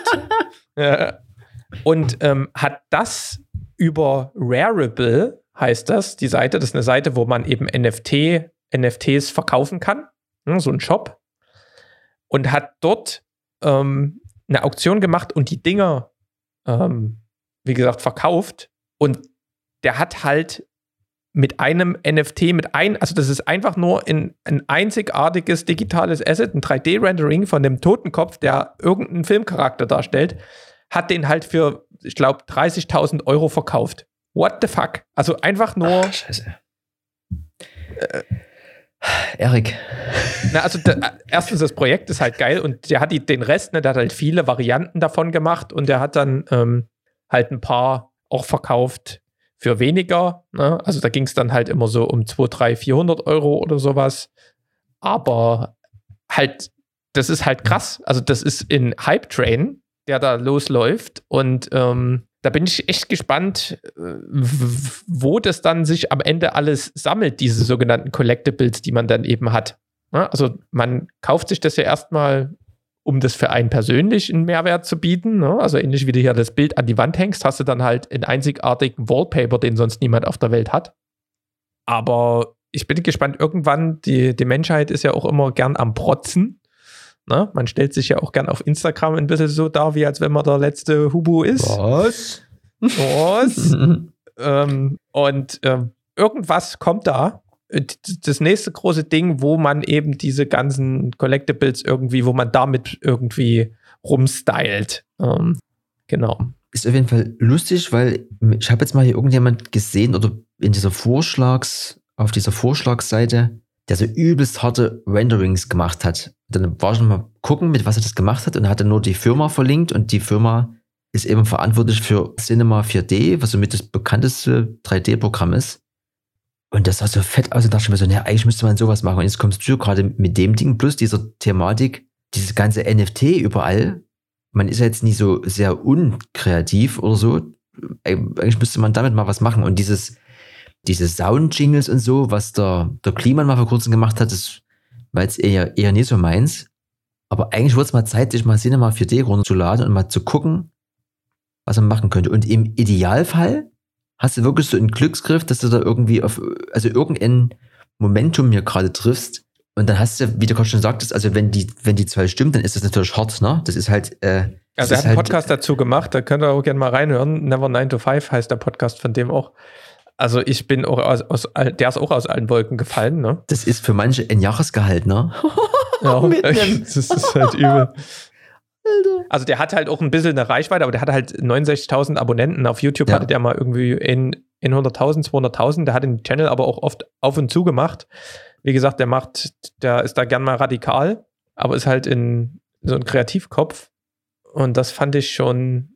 Und hat das über Rarible, heißt das, die Seite, das ist eine Seite, wo man eben NFTs verkaufen kann, so ein Shop, und hat dort eine Auktion gemacht und die Dinger wie gesagt, verkauft. Und der hat halt mit einem NFT, also das ist einfach nur ein einzigartiges digitales Asset, ein 3D-Rendering von dem Totenkopf, der irgendeinen Filmcharakter darstellt, hat den halt für, ich glaube, 30.000 € verkauft. What the fuck? Also einfach nur... Ach, Scheiße. Erik. Na, also erstens, das Projekt ist halt geil und der hat den Rest, ne, der hat halt viele Varianten davon gemacht und der hat dann halt ein paar auch verkauft für weniger. Ne? Also da ging es dann halt immer so um 200, 300, 400 € oder sowas. Aber halt, das ist halt krass. Also das ist in Hype Train, der da losläuft und da bin ich echt gespannt, wo das dann sich am Ende alles sammelt, diese sogenannten Collectibles, die man dann eben hat. Ja, also man kauft sich das ja erstmal, um das für einen persönlich einen Mehrwert zu bieten. Ne? Also ähnlich wie du hier das Bild an die Wand hängst, hast du dann halt einen einzigartigen Wallpaper, den sonst niemand auf der Welt hat. Aber ich bin gespannt, irgendwann, die Menschheit ist ja auch immer gern am Protzen. Ne? Man stellt sich ja auch gern auf Instagram ein bisschen so dar, wie als wenn man der letzte Hubu ist. Was? Irgendwas kommt da. Das nächste große Ding, wo man eben diese ganzen Collectibles irgendwie, wo man damit irgendwie rumstylt. Genau. Ist auf jeden Fall lustig, weil ich habe jetzt mal hier irgendjemand gesehen oder auf dieser Vorschlagsseite, der so übelst harte Renderings gemacht hat. Dann war ich noch mal gucken, mit was er das gemacht hat und hatte nur die Firma verlinkt und die Firma ist eben verantwortlich für Cinema 4D, was somit das bekannteste 3D-Programm ist. Und das sah so fett aus und dachte ich mir so, naja, eigentlich müsste man sowas machen. Und jetzt kommst du gerade mit dem Ding plus dieser Thematik, dieses ganze NFT überall. Man ist ja jetzt nicht so sehr unkreativ oder so. Eigentlich müsste man damit mal was machen. Und diese Sound-Jingles und so, was der Kliman mal vor kurzem gemacht hat, das war jetzt eher nicht so meins. Aber eigentlich wurde es mal Zeit, sich mal Cinema 4D runterzuladen und mal zu gucken, was man machen könnte. Und im Idealfall hast du wirklich so einen Glücksgriff, dass du da irgendwie also irgendein Momentum hier gerade triffst. Und dann hast du, wie du gerade schon sagtest, also wenn die Zahl stimmt, dann ist das natürlich hart, ne? Das ist halt. Also er hat einen Podcast dazu gemacht, da könnt ihr auch gerne mal reinhören. Never 9 to 5 heißt der Podcast von dem auch. Also ich bin auch der ist auch aus allen Wolken gefallen, ne? Das ist für manche ein Jahresgehalt, ne? Ja, das ist halt übel. Also der hat halt auch ein bisschen eine Reichweite, aber der hat halt 69.000 Abonnenten. Auf YouTube hatte der mal irgendwie in 100.000, 200.000. Der hat den Channel aber auch oft auf und zu gemacht. Wie gesagt, der ist da gern mal radikal, aber ist halt in so ein Kreativkopf. Und das fand ich schon,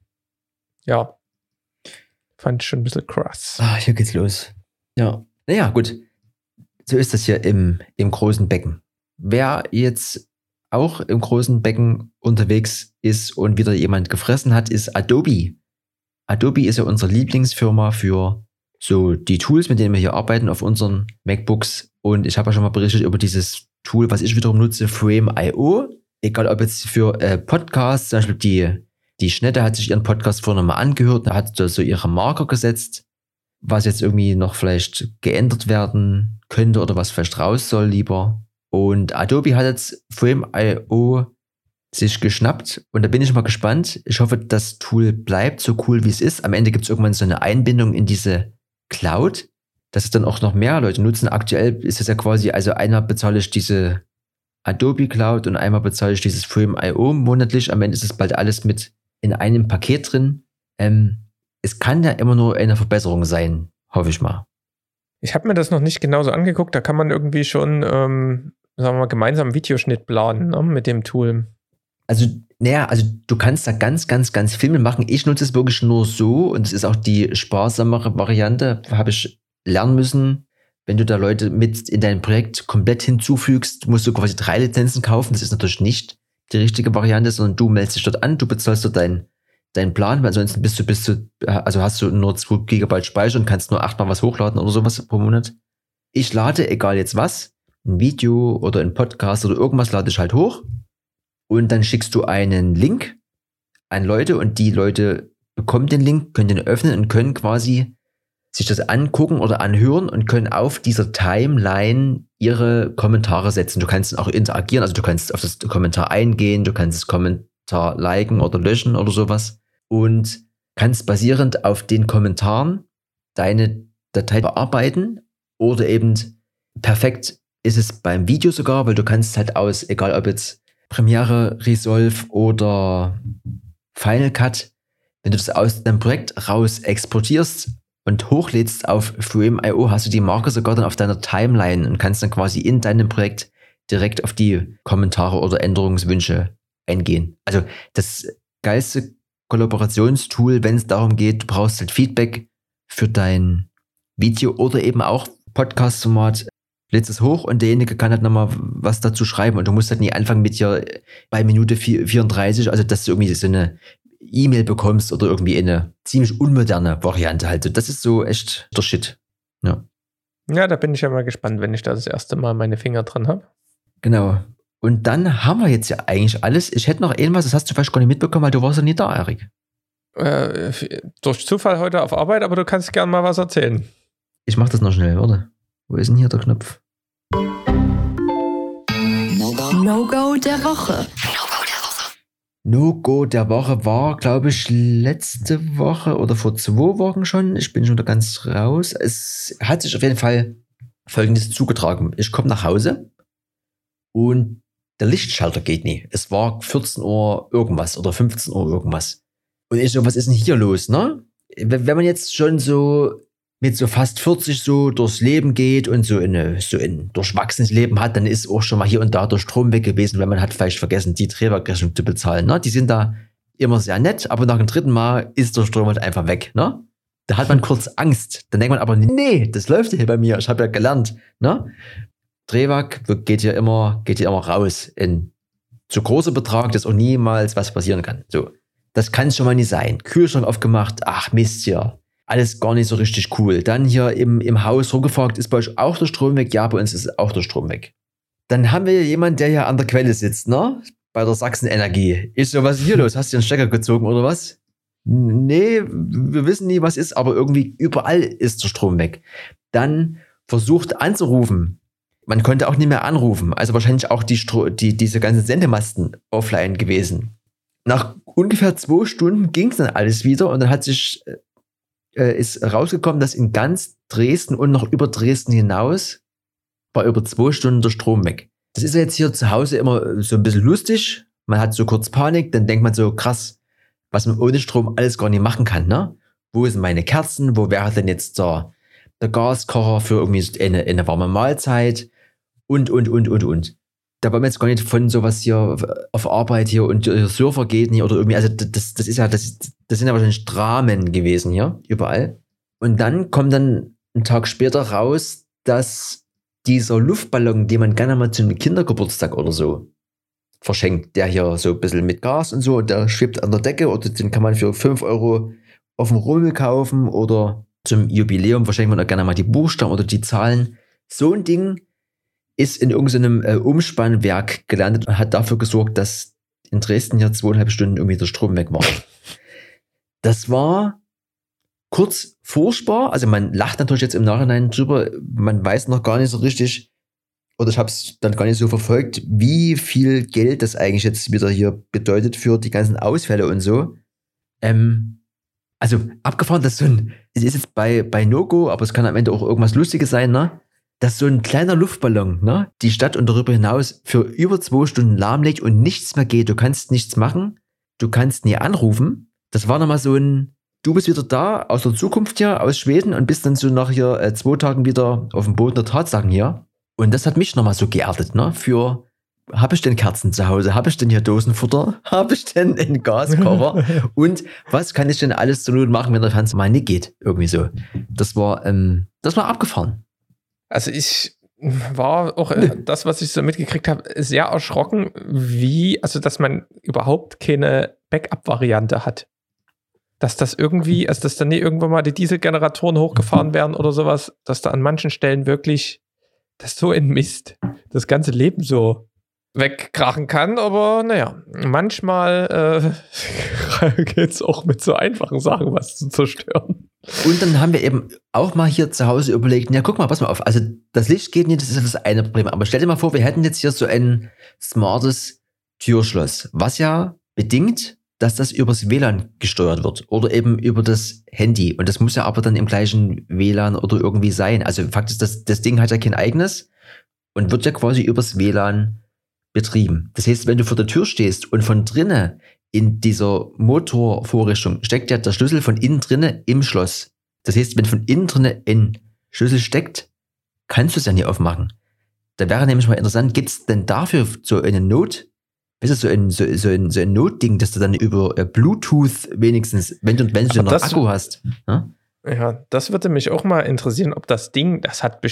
ein bisschen krass. Ah, hier geht's los. Ja. Naja, gut. So ist das hier im großen Becken. Wer jetzt auch im großen Becken unterwegs ist und wieder jemand gefressen hat, ist Adobe. Adobe ist ja unsere Lieblingsfirma für so die Tools, mit denen wir hier arbeiten auf unseren MacBooks. Und ich habe ja schon mal berichtet über dieses Tool, was ich wiederum nutze, Frame.io. Egal ob jetzt für Podcasts, zum Beispiel die Schnette hat sich ihren Podcast vorher mal angehört, da hat so ihre Marker gesetzt, was jetzt irgendwie noch vielleicht geändert werden könnte oder was vielleicht raus soll lieber. Und Adobe hat jetzt Frame.io sich geschnappt und da bin ich mal gespannt. Ich hoffe, das Tool bleibt so cool, wie es ist. Am Ende gibt es irgendwann so eine Einbindung in diese Cloud, dass es dann auch noch mehr Leute nutzen. Aktuell ist es ja quasi, also einmal bezahle ich diese Adobe Cloud und einmal bezahle ich dieses Frame.io monatlich. Am Ende ist es bald alles mit in einem Paket drin. Es kann ja immer nur eine Verbesserung sein, hoffe ich mal. Ich habe mir das noch nicht genauso angeguckt. Da kann man irgendwie schon, sagen wir mal, gemeinsam Videoschnitt planen, ne, mit dem Tool. Also du kannst da ganz, ganz, ganz viel mitmachen. Ich nutze es wirklich nur so und es ist auch die sparsamere Variante, habe ich lernen müssen. Wenn du da Leute mit in dein Projekt komplett hinzufügst, musst du quasi 3 Lizenzen kaufen. Das ist natürlich nicht die richtige Variante, sondern du meldest dich dort an, du bezahlst dort deinen Plan, weil ansonsten hast du nur 2 GB Speicher und kannst nur 8-mal was hochladen oder sowas pro Monat. Ich lade, egal jetzt was, ein Video oder ein Podcast oder irgendwas lade ich halt hoch und dann schickst du einen Link an Leute und die Leute bekommen den Link, können den öffnen und können quasi sich das angucken oder anhören und können auf dieser Timeline ihre Kommentare setzen. Du kannst auch interagieren, also du kannst auf das Kommentar eingehen, du kannst das Kommentar liken oder löschen oder sowas und kannst basierend auf den Kommentaren deine Datei bearbeiten oder eben perfekt ist es beim Video sogar, weil du kannst halt aus, egal ob jetzt Premiere, Resolve oder Final Cut, wenn du das aus deinem Projekt raus exportierst und hochlädst auf Frame.io, hast du die Marke sogar dann auf deiner Timeline und kannst dann quasi in deinem Projekt direkt auf die Kommentare oder Änderungswünsche eingehen. Also das geilste Kollaborationstool, wenn es darum geht, du brauchst halt Feedback für dein Video oder eben auch Podcast-Format, lädst es hoch und derjenige kann halt nochmal was dazu schreiben und du musst halt nie anfangen mit dir bei Minute 34, also dass du irgendwie so eine E-Mail bekommst oder irgendwie eine ziemlich unmoderne Variante halt. Das ist so echt der Shit. Ja. Ja, da bin ich ja mal gespannt, wenn ich da das erste Mal meine Finger dran habe. Genau. Und dann haben wir jetzt ja eigentlich alles. Ich hätte noch irgendwas, das hast du vielleicht gar nicht mitbekommen, weil du warst ja nie da, Erik. Durch Zufall heute auf Arbeit, aber du kannst gerne mal was erzählen. Ich mach das noch schnell, warte. Wo ist denn hier der Knopf? No-Go der Woche. No-Go der Woche war, glaube ich, letzte Woche oder vor 2 Wochen schon. Ich bin schon da ganz raus. Es hat sich auf jeden Fall Folgendes zugetragen. Ich komme nach Hause und der Lichtschalter geht nie. Es war 14 Uhr irgendwas oder 15 Uhr irgendwas. Und ich so, was ist denn hier los, ne? Wenn man jetzt schon so mit so fast 40 so durchs Leben geht und so ein durchwachsenes Leben hat, dann ist auch schon mal hier und da der Strom weg gewesen, weil man hat vielleicht vergessen, die Drehwerkrechnung zu bezahlen. Ne? Die sind da immer sehr nett, aber nach dem dritten Mal ist der Strom halt einfach weg, ne? Da hat man kurz Angst. Dann denkt man aber, nee, das läuft ja hier bei mir. Ich habe ja gelernt, ne? Drehwag geht hier immer raus in zu großer Betrag, dass auch niemals was passieren kann. So, das kann es schon mal nicht sein. Kühlschrank aufgemacht, ach Mist hier. Alles gar nicht so richtig cool. Dann hier im Haus rumgefragt, ist bei euch auch der Strom weg? Ja, bei uns ist auch der Strom weg. Dann haben wir hier jemanden, der hier an der Quelle sitzt, ne? Bei der Sachsen-Energie. Ist so, was ist hier los? Hast du den Stecker gezogen oder was? Nee, wir wissen nie, was ist, aber irgendwie überall ist der Strom weg. Dann versucht anzurufen. Man konnte auch nicht mehr anrufen. Also wahrscheinlich auch diese ganzen Sendemasten offline gewesen. Nach ungefähr 2 Stunden ging es dann alles wieder und dann ist rausgekommen, dass in ganz Dresden und noch über Dresden hinaus war über 2 Stunden der Strom weg. Das ist ja jetzt hier zu Hause immer so ein bisschen lustig. Man hat so kurz Panik, dann denkt man so, krass, was man ohne Strom alles gar nicht machen kann, ne? Wo sind meine Kerzen? Wo wäre denn jetzt der Gaskocher für irgendwie eine warme Mahlzeit? Und. Da wollen wir jetzt gar nicht von sowas hier auf Arbeit hier und der Surfer geht nicht oder irgendwie, also das sind ja wahrscheinlich Dramen gewesen hier, überall. Und dann kommt dann einen Tag später raus, dass dieser Luftballon, den man gerne mal zu einem Kindergeburtstag oder so verschenkt, der hier so ein bisschen mit Gas und so, und der schwebt an der Decke oder den kann man für 5 € auf dem Rummel kaufen oder zum Jubiläum verschenkt man auch gerne mal die Buchstaben oder die Zahlen. So ein Ding ist in irgendeinem Umspannwerk gelandet und hat dafür gesorgt, dass in Dresden ja 2,5 Stunden irgendwie der Strom weg war. Das war kurz furchtbar, also man lacht natürlich jetzt im Nachhinein drüber, man weiß noch gar nicht so richtig, oder ich habe es dann gar nicht so verfolgt, wie viel Geld das eigentlich jetzt wieder hier bedeutet für die ganzen Ausfälle und so. Also abgefahren, dass es ist jetzt bei No-Go, aber es kann am Ende auch irgendwas Lustiges sein, ne? Dass so ein kleiner Luftballon, ne, die Stadt und darüber hinaus für über 2 Stunden lahmlegt und nichts mehr geht. Du kannst nichts machen, du kannst nie anrufen. Das war nochmal so du bist wieder da, aus der Zukunft hier, aus Schweden und bist dann so nach hier 2 Tagen wieder auf dem Boden der Tatsachen hier. Und das hat mich nochmal so geerdet, ne, habe ich denn Kerzen zu Hause? Habe ich denn hier Dosenfutter? Habe ich denn einen Gaskocher? Und was kann ich denn alles zur Not machen, wenn der Fernseher mal nicht geht? Irgendwie so. Das war abgefahren. Also ich war auch das, was ich so mitgekriegt habe, sehr erschrocken, dass man überhaupt keine Backup-Variante hat. Dass das irgendwie, also dass dann nicht irgendwann mal die Dieselgeneratoren hochgefahren werden oder sowas, dass da an manchen Stellen wirklich das so ein Mist das ganze Leben so wegkrachen kann, aber naja, manchmal geht es auch mit so einfachen Sachen was zu zerstören. Und dann haben wir eben auch mal hier zu Hause überlegt, ja guck mal, pass mal auf, also das Licht geht nicht, das ist ja das eine Problem, aber stell dir mal vor, wir hätten jetzt hier so ein smartes Türschloss, was ja bedingt, dass das übers WLAN gesteuert wird oder eben über das Handy und das muss ja aber dann im gleichen WLAN oder irgendwie sein, also Fakt ist, das Ding hat ja kein eigenes und wird ja quasi übers WLAN betrieben. Das heißt, wenn du vor der Tür stehst und von drinnen in dieser Motorvorrichtung steckt ja der Schlüssel von innen drinnen im Schloss. Das heißt, wenn von innen drinnen ein Schlüssel steckt, kannst du es ja nicht aufmachen. Da wäre nämlich mal interessant, gibt es denn dafür so eine so ein Notding, dass du dann über Bluetooth wenigstens, wenn du noch Akku hast. Ja, das würde mich auch mal interessieren, ob das Ding, das hat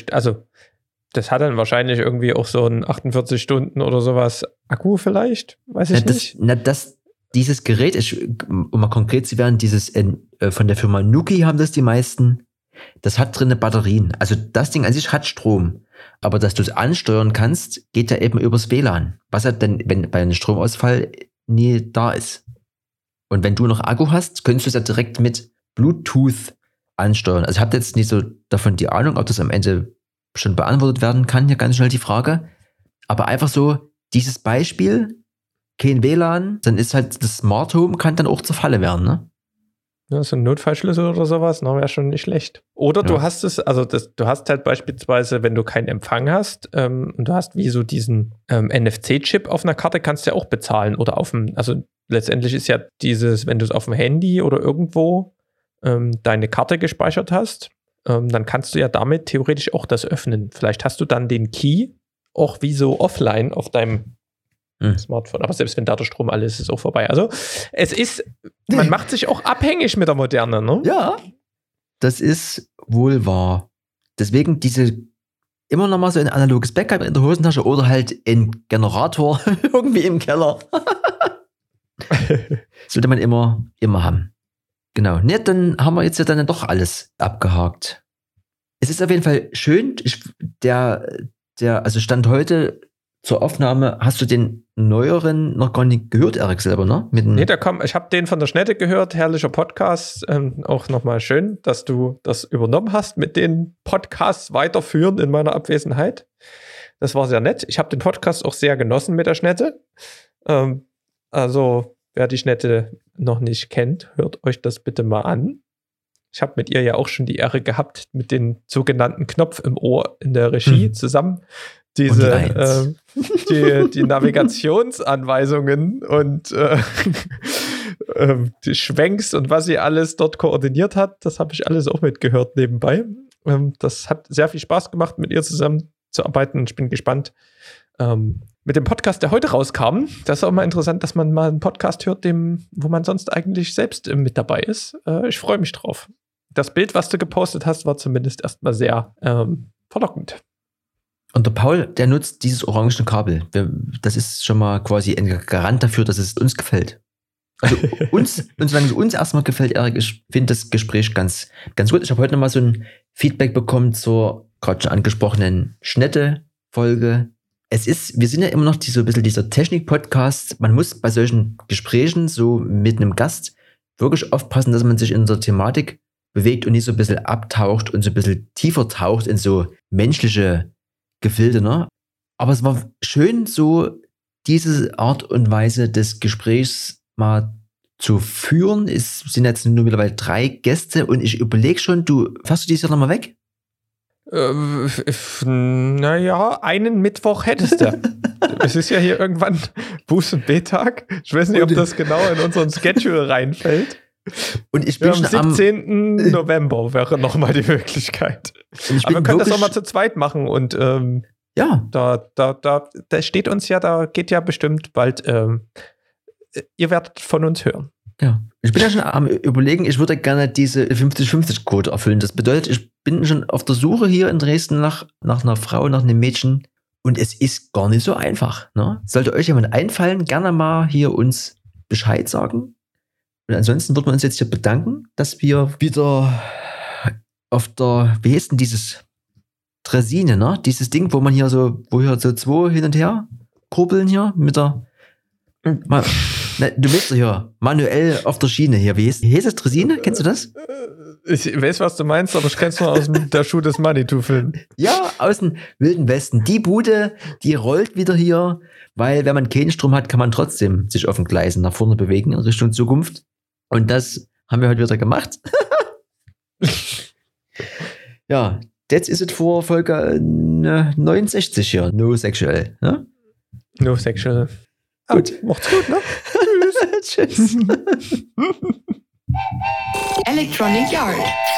dann wahrscheinlich irgendwie auch so ein 48 Stunden oder sowas Akku vielleicht, weiß ich nicht. Dieses Gerät, um mal konkret zu werden, von der Firma Nuki haben das die meisten, das hat drin Batterien. Also das Ding an sich hat Strom, aber dass du es ansteuern kannst, geht ja eben übers WLAN, was ja dann, wenn bei einem Stromausfall nie da ist. Und wenn du noch Akku hast, könntest du es ja direkt mit Bluetooth ansteuern. Also ich habe jetzt nicht so davon die Ahnung, ob das am Ende schon beantwortet werden kann, hier ganz schnell die Frage. Aber einfach so, dieses Beispiel, kein WLAN, dann ist halt das Smart Home, kann dann auch zur Falle werden, ne? Ja, so ein Notfallschlüssel oder sowas, wäre schon nicht schlecht. Oder du hast du hast halt beispielsweise, wenn du keinen Empfang hast, und du hast wie so diesen NFC-Chip auf einer Karte, kannst du ja auch bezahlen. Oder also letztendlich ist ja dieses, wenn du es auf dem Handy oder irgendwo deine Karte gespeichert hast, dann kannst du ja damit theoretisch auch das öffnen. Vielleicht hast du dann den Key auch wie so offline auf deinem Smartphone. Aber selbst wenn da der Strom alle ist, ist es auch vorbei. Also man macht sich auch abhängig mit der Moderne, ne? Ja, das ist wohl wahr. Deswegen immer noch mal so ein analoges Backup in der Hosentasche oder halt ein Generator irgendwie im Keller. Sollte man immer haben. Genau. Ne, dann haben wir jetzt ja dann doch alles abgehakt. Es ist auf jeden Fall schön. Also Stand heute zur Aufnahme, hast du den neueren noch gar nicht gehört, Erik, selber, ne? Ich habe den von der Schnette gehört, herrlicher Podcast. Auch nochmal schön, dass du das übernommen hast mit den Podcasts weiterführen in meiner Abwesenheit. Das war sehr nett. Ich habe den Podcast auch sehr genossen mit der Schnette. Also, wer die Schnette noch nicht kennt, hört euch das bitte mal an. Ich habe mit ihr ja auch schon die Ehre gehabt, mit den sogenannten Knopf im Ohr in der Regie zusammen die Navigationsanweisungen und die Schwenks und was sie alles dort koordiniert hat, das habe ich alles auch mitgehört nebenbei. Das hat sehr viel Spaß gemacht, mit ihr zusammen zu arbeiten. Ich bin gespannt. Mit dem Podcast, der heute rauskam, das ist auch mal interessant, dass man mal einen Podcast hört, wo man sonst eigentlich selbst mit dabei ist. Ich freue mich drauf. Das Bild, was du gepostet hast, war zumindest erstmal sehr verlockend. Und der Paul, der nutzt dieses orange Kabel. Das ist schon mal quasi ein Garant dafür, dass es uns gefällt. Also und solange es uns erstmal gefällt, Erik, ich finde das Gespräch ganz, ganz gut. Ich habe heute noch mal so ein Feedback bekommen zur gerade schon angesprochenen Schnette-Folge. Wir sind ja immer noch so ein bisschen dieser Technik-Podcast. Man muss bei solchen Gesprächen so mit einem Gast wirklich aufpassen, dass man sich in der Thematik bewegt und nicht so ein bisschen abtaucht und so ein bisschen tiefer taucht in so menschliche Gefilde, ne? Aber es war schön, so diese Art und Weise des Gesprächs mal zu führen. Es sind jetzt nur mittlerweile 3 Gäste und ich überlege schon, fährst du dieses Jahr nochmal weg? Naja, einen Mittwoch hättest du. Es ist ja hier irgendwann Buß- und B-Tag. Ich weiß nicht, ob das genau in unseren Schedule reinfällt. Und ich bin am 17. November wäre nochmal die Möglichkeit. Aber wir können das auch mal zu zweit machen und ja. Da steht uns ja, da geht ja bestimmt bald, ihr werdet von uns hören. Ja, ich bin ja schon am Überlegen, ich würde gerne diese 50-50-Quote erfüllen. Das bedeutet, ich bin schon auf der Suche hier in Dresden nach einer Frau, nach einem Mädchen. Und es ist gar nicht so einfach. Ne? Sollte euch jemand einfallen, gerne mal hier uns Bescheid sagen. Und ansonsten würden wir uns jetzt hier bedanken, dass wir wieder auf wie heißt denn dieses Draisine, ne? Dieses Ding, wo hier so 2 hin und her kurbeln hier mit der du bist doch hier manuell auf der Schiene hier. Wie heißt es? Draisine? Kennst du das? Ich weiß, was du meinst, aber ich kenn's nur aus der Schuh des Manitou-Film. Ja, aus dem Wilden Westen. Die Bude, die rollt wieder hier, weil wenn man keinen Strom hat, kann man trotzdem sich auf den Gleisen nach vorne bewegen in Richtung Zukunft. Und das haben wir heute wieder gemacht. Ja, jetzt ist es vor Folge 69 hier. No sexual. Ne? No sexual. Gut. Macht's gut, ne? Tschüss. Electronic Yard.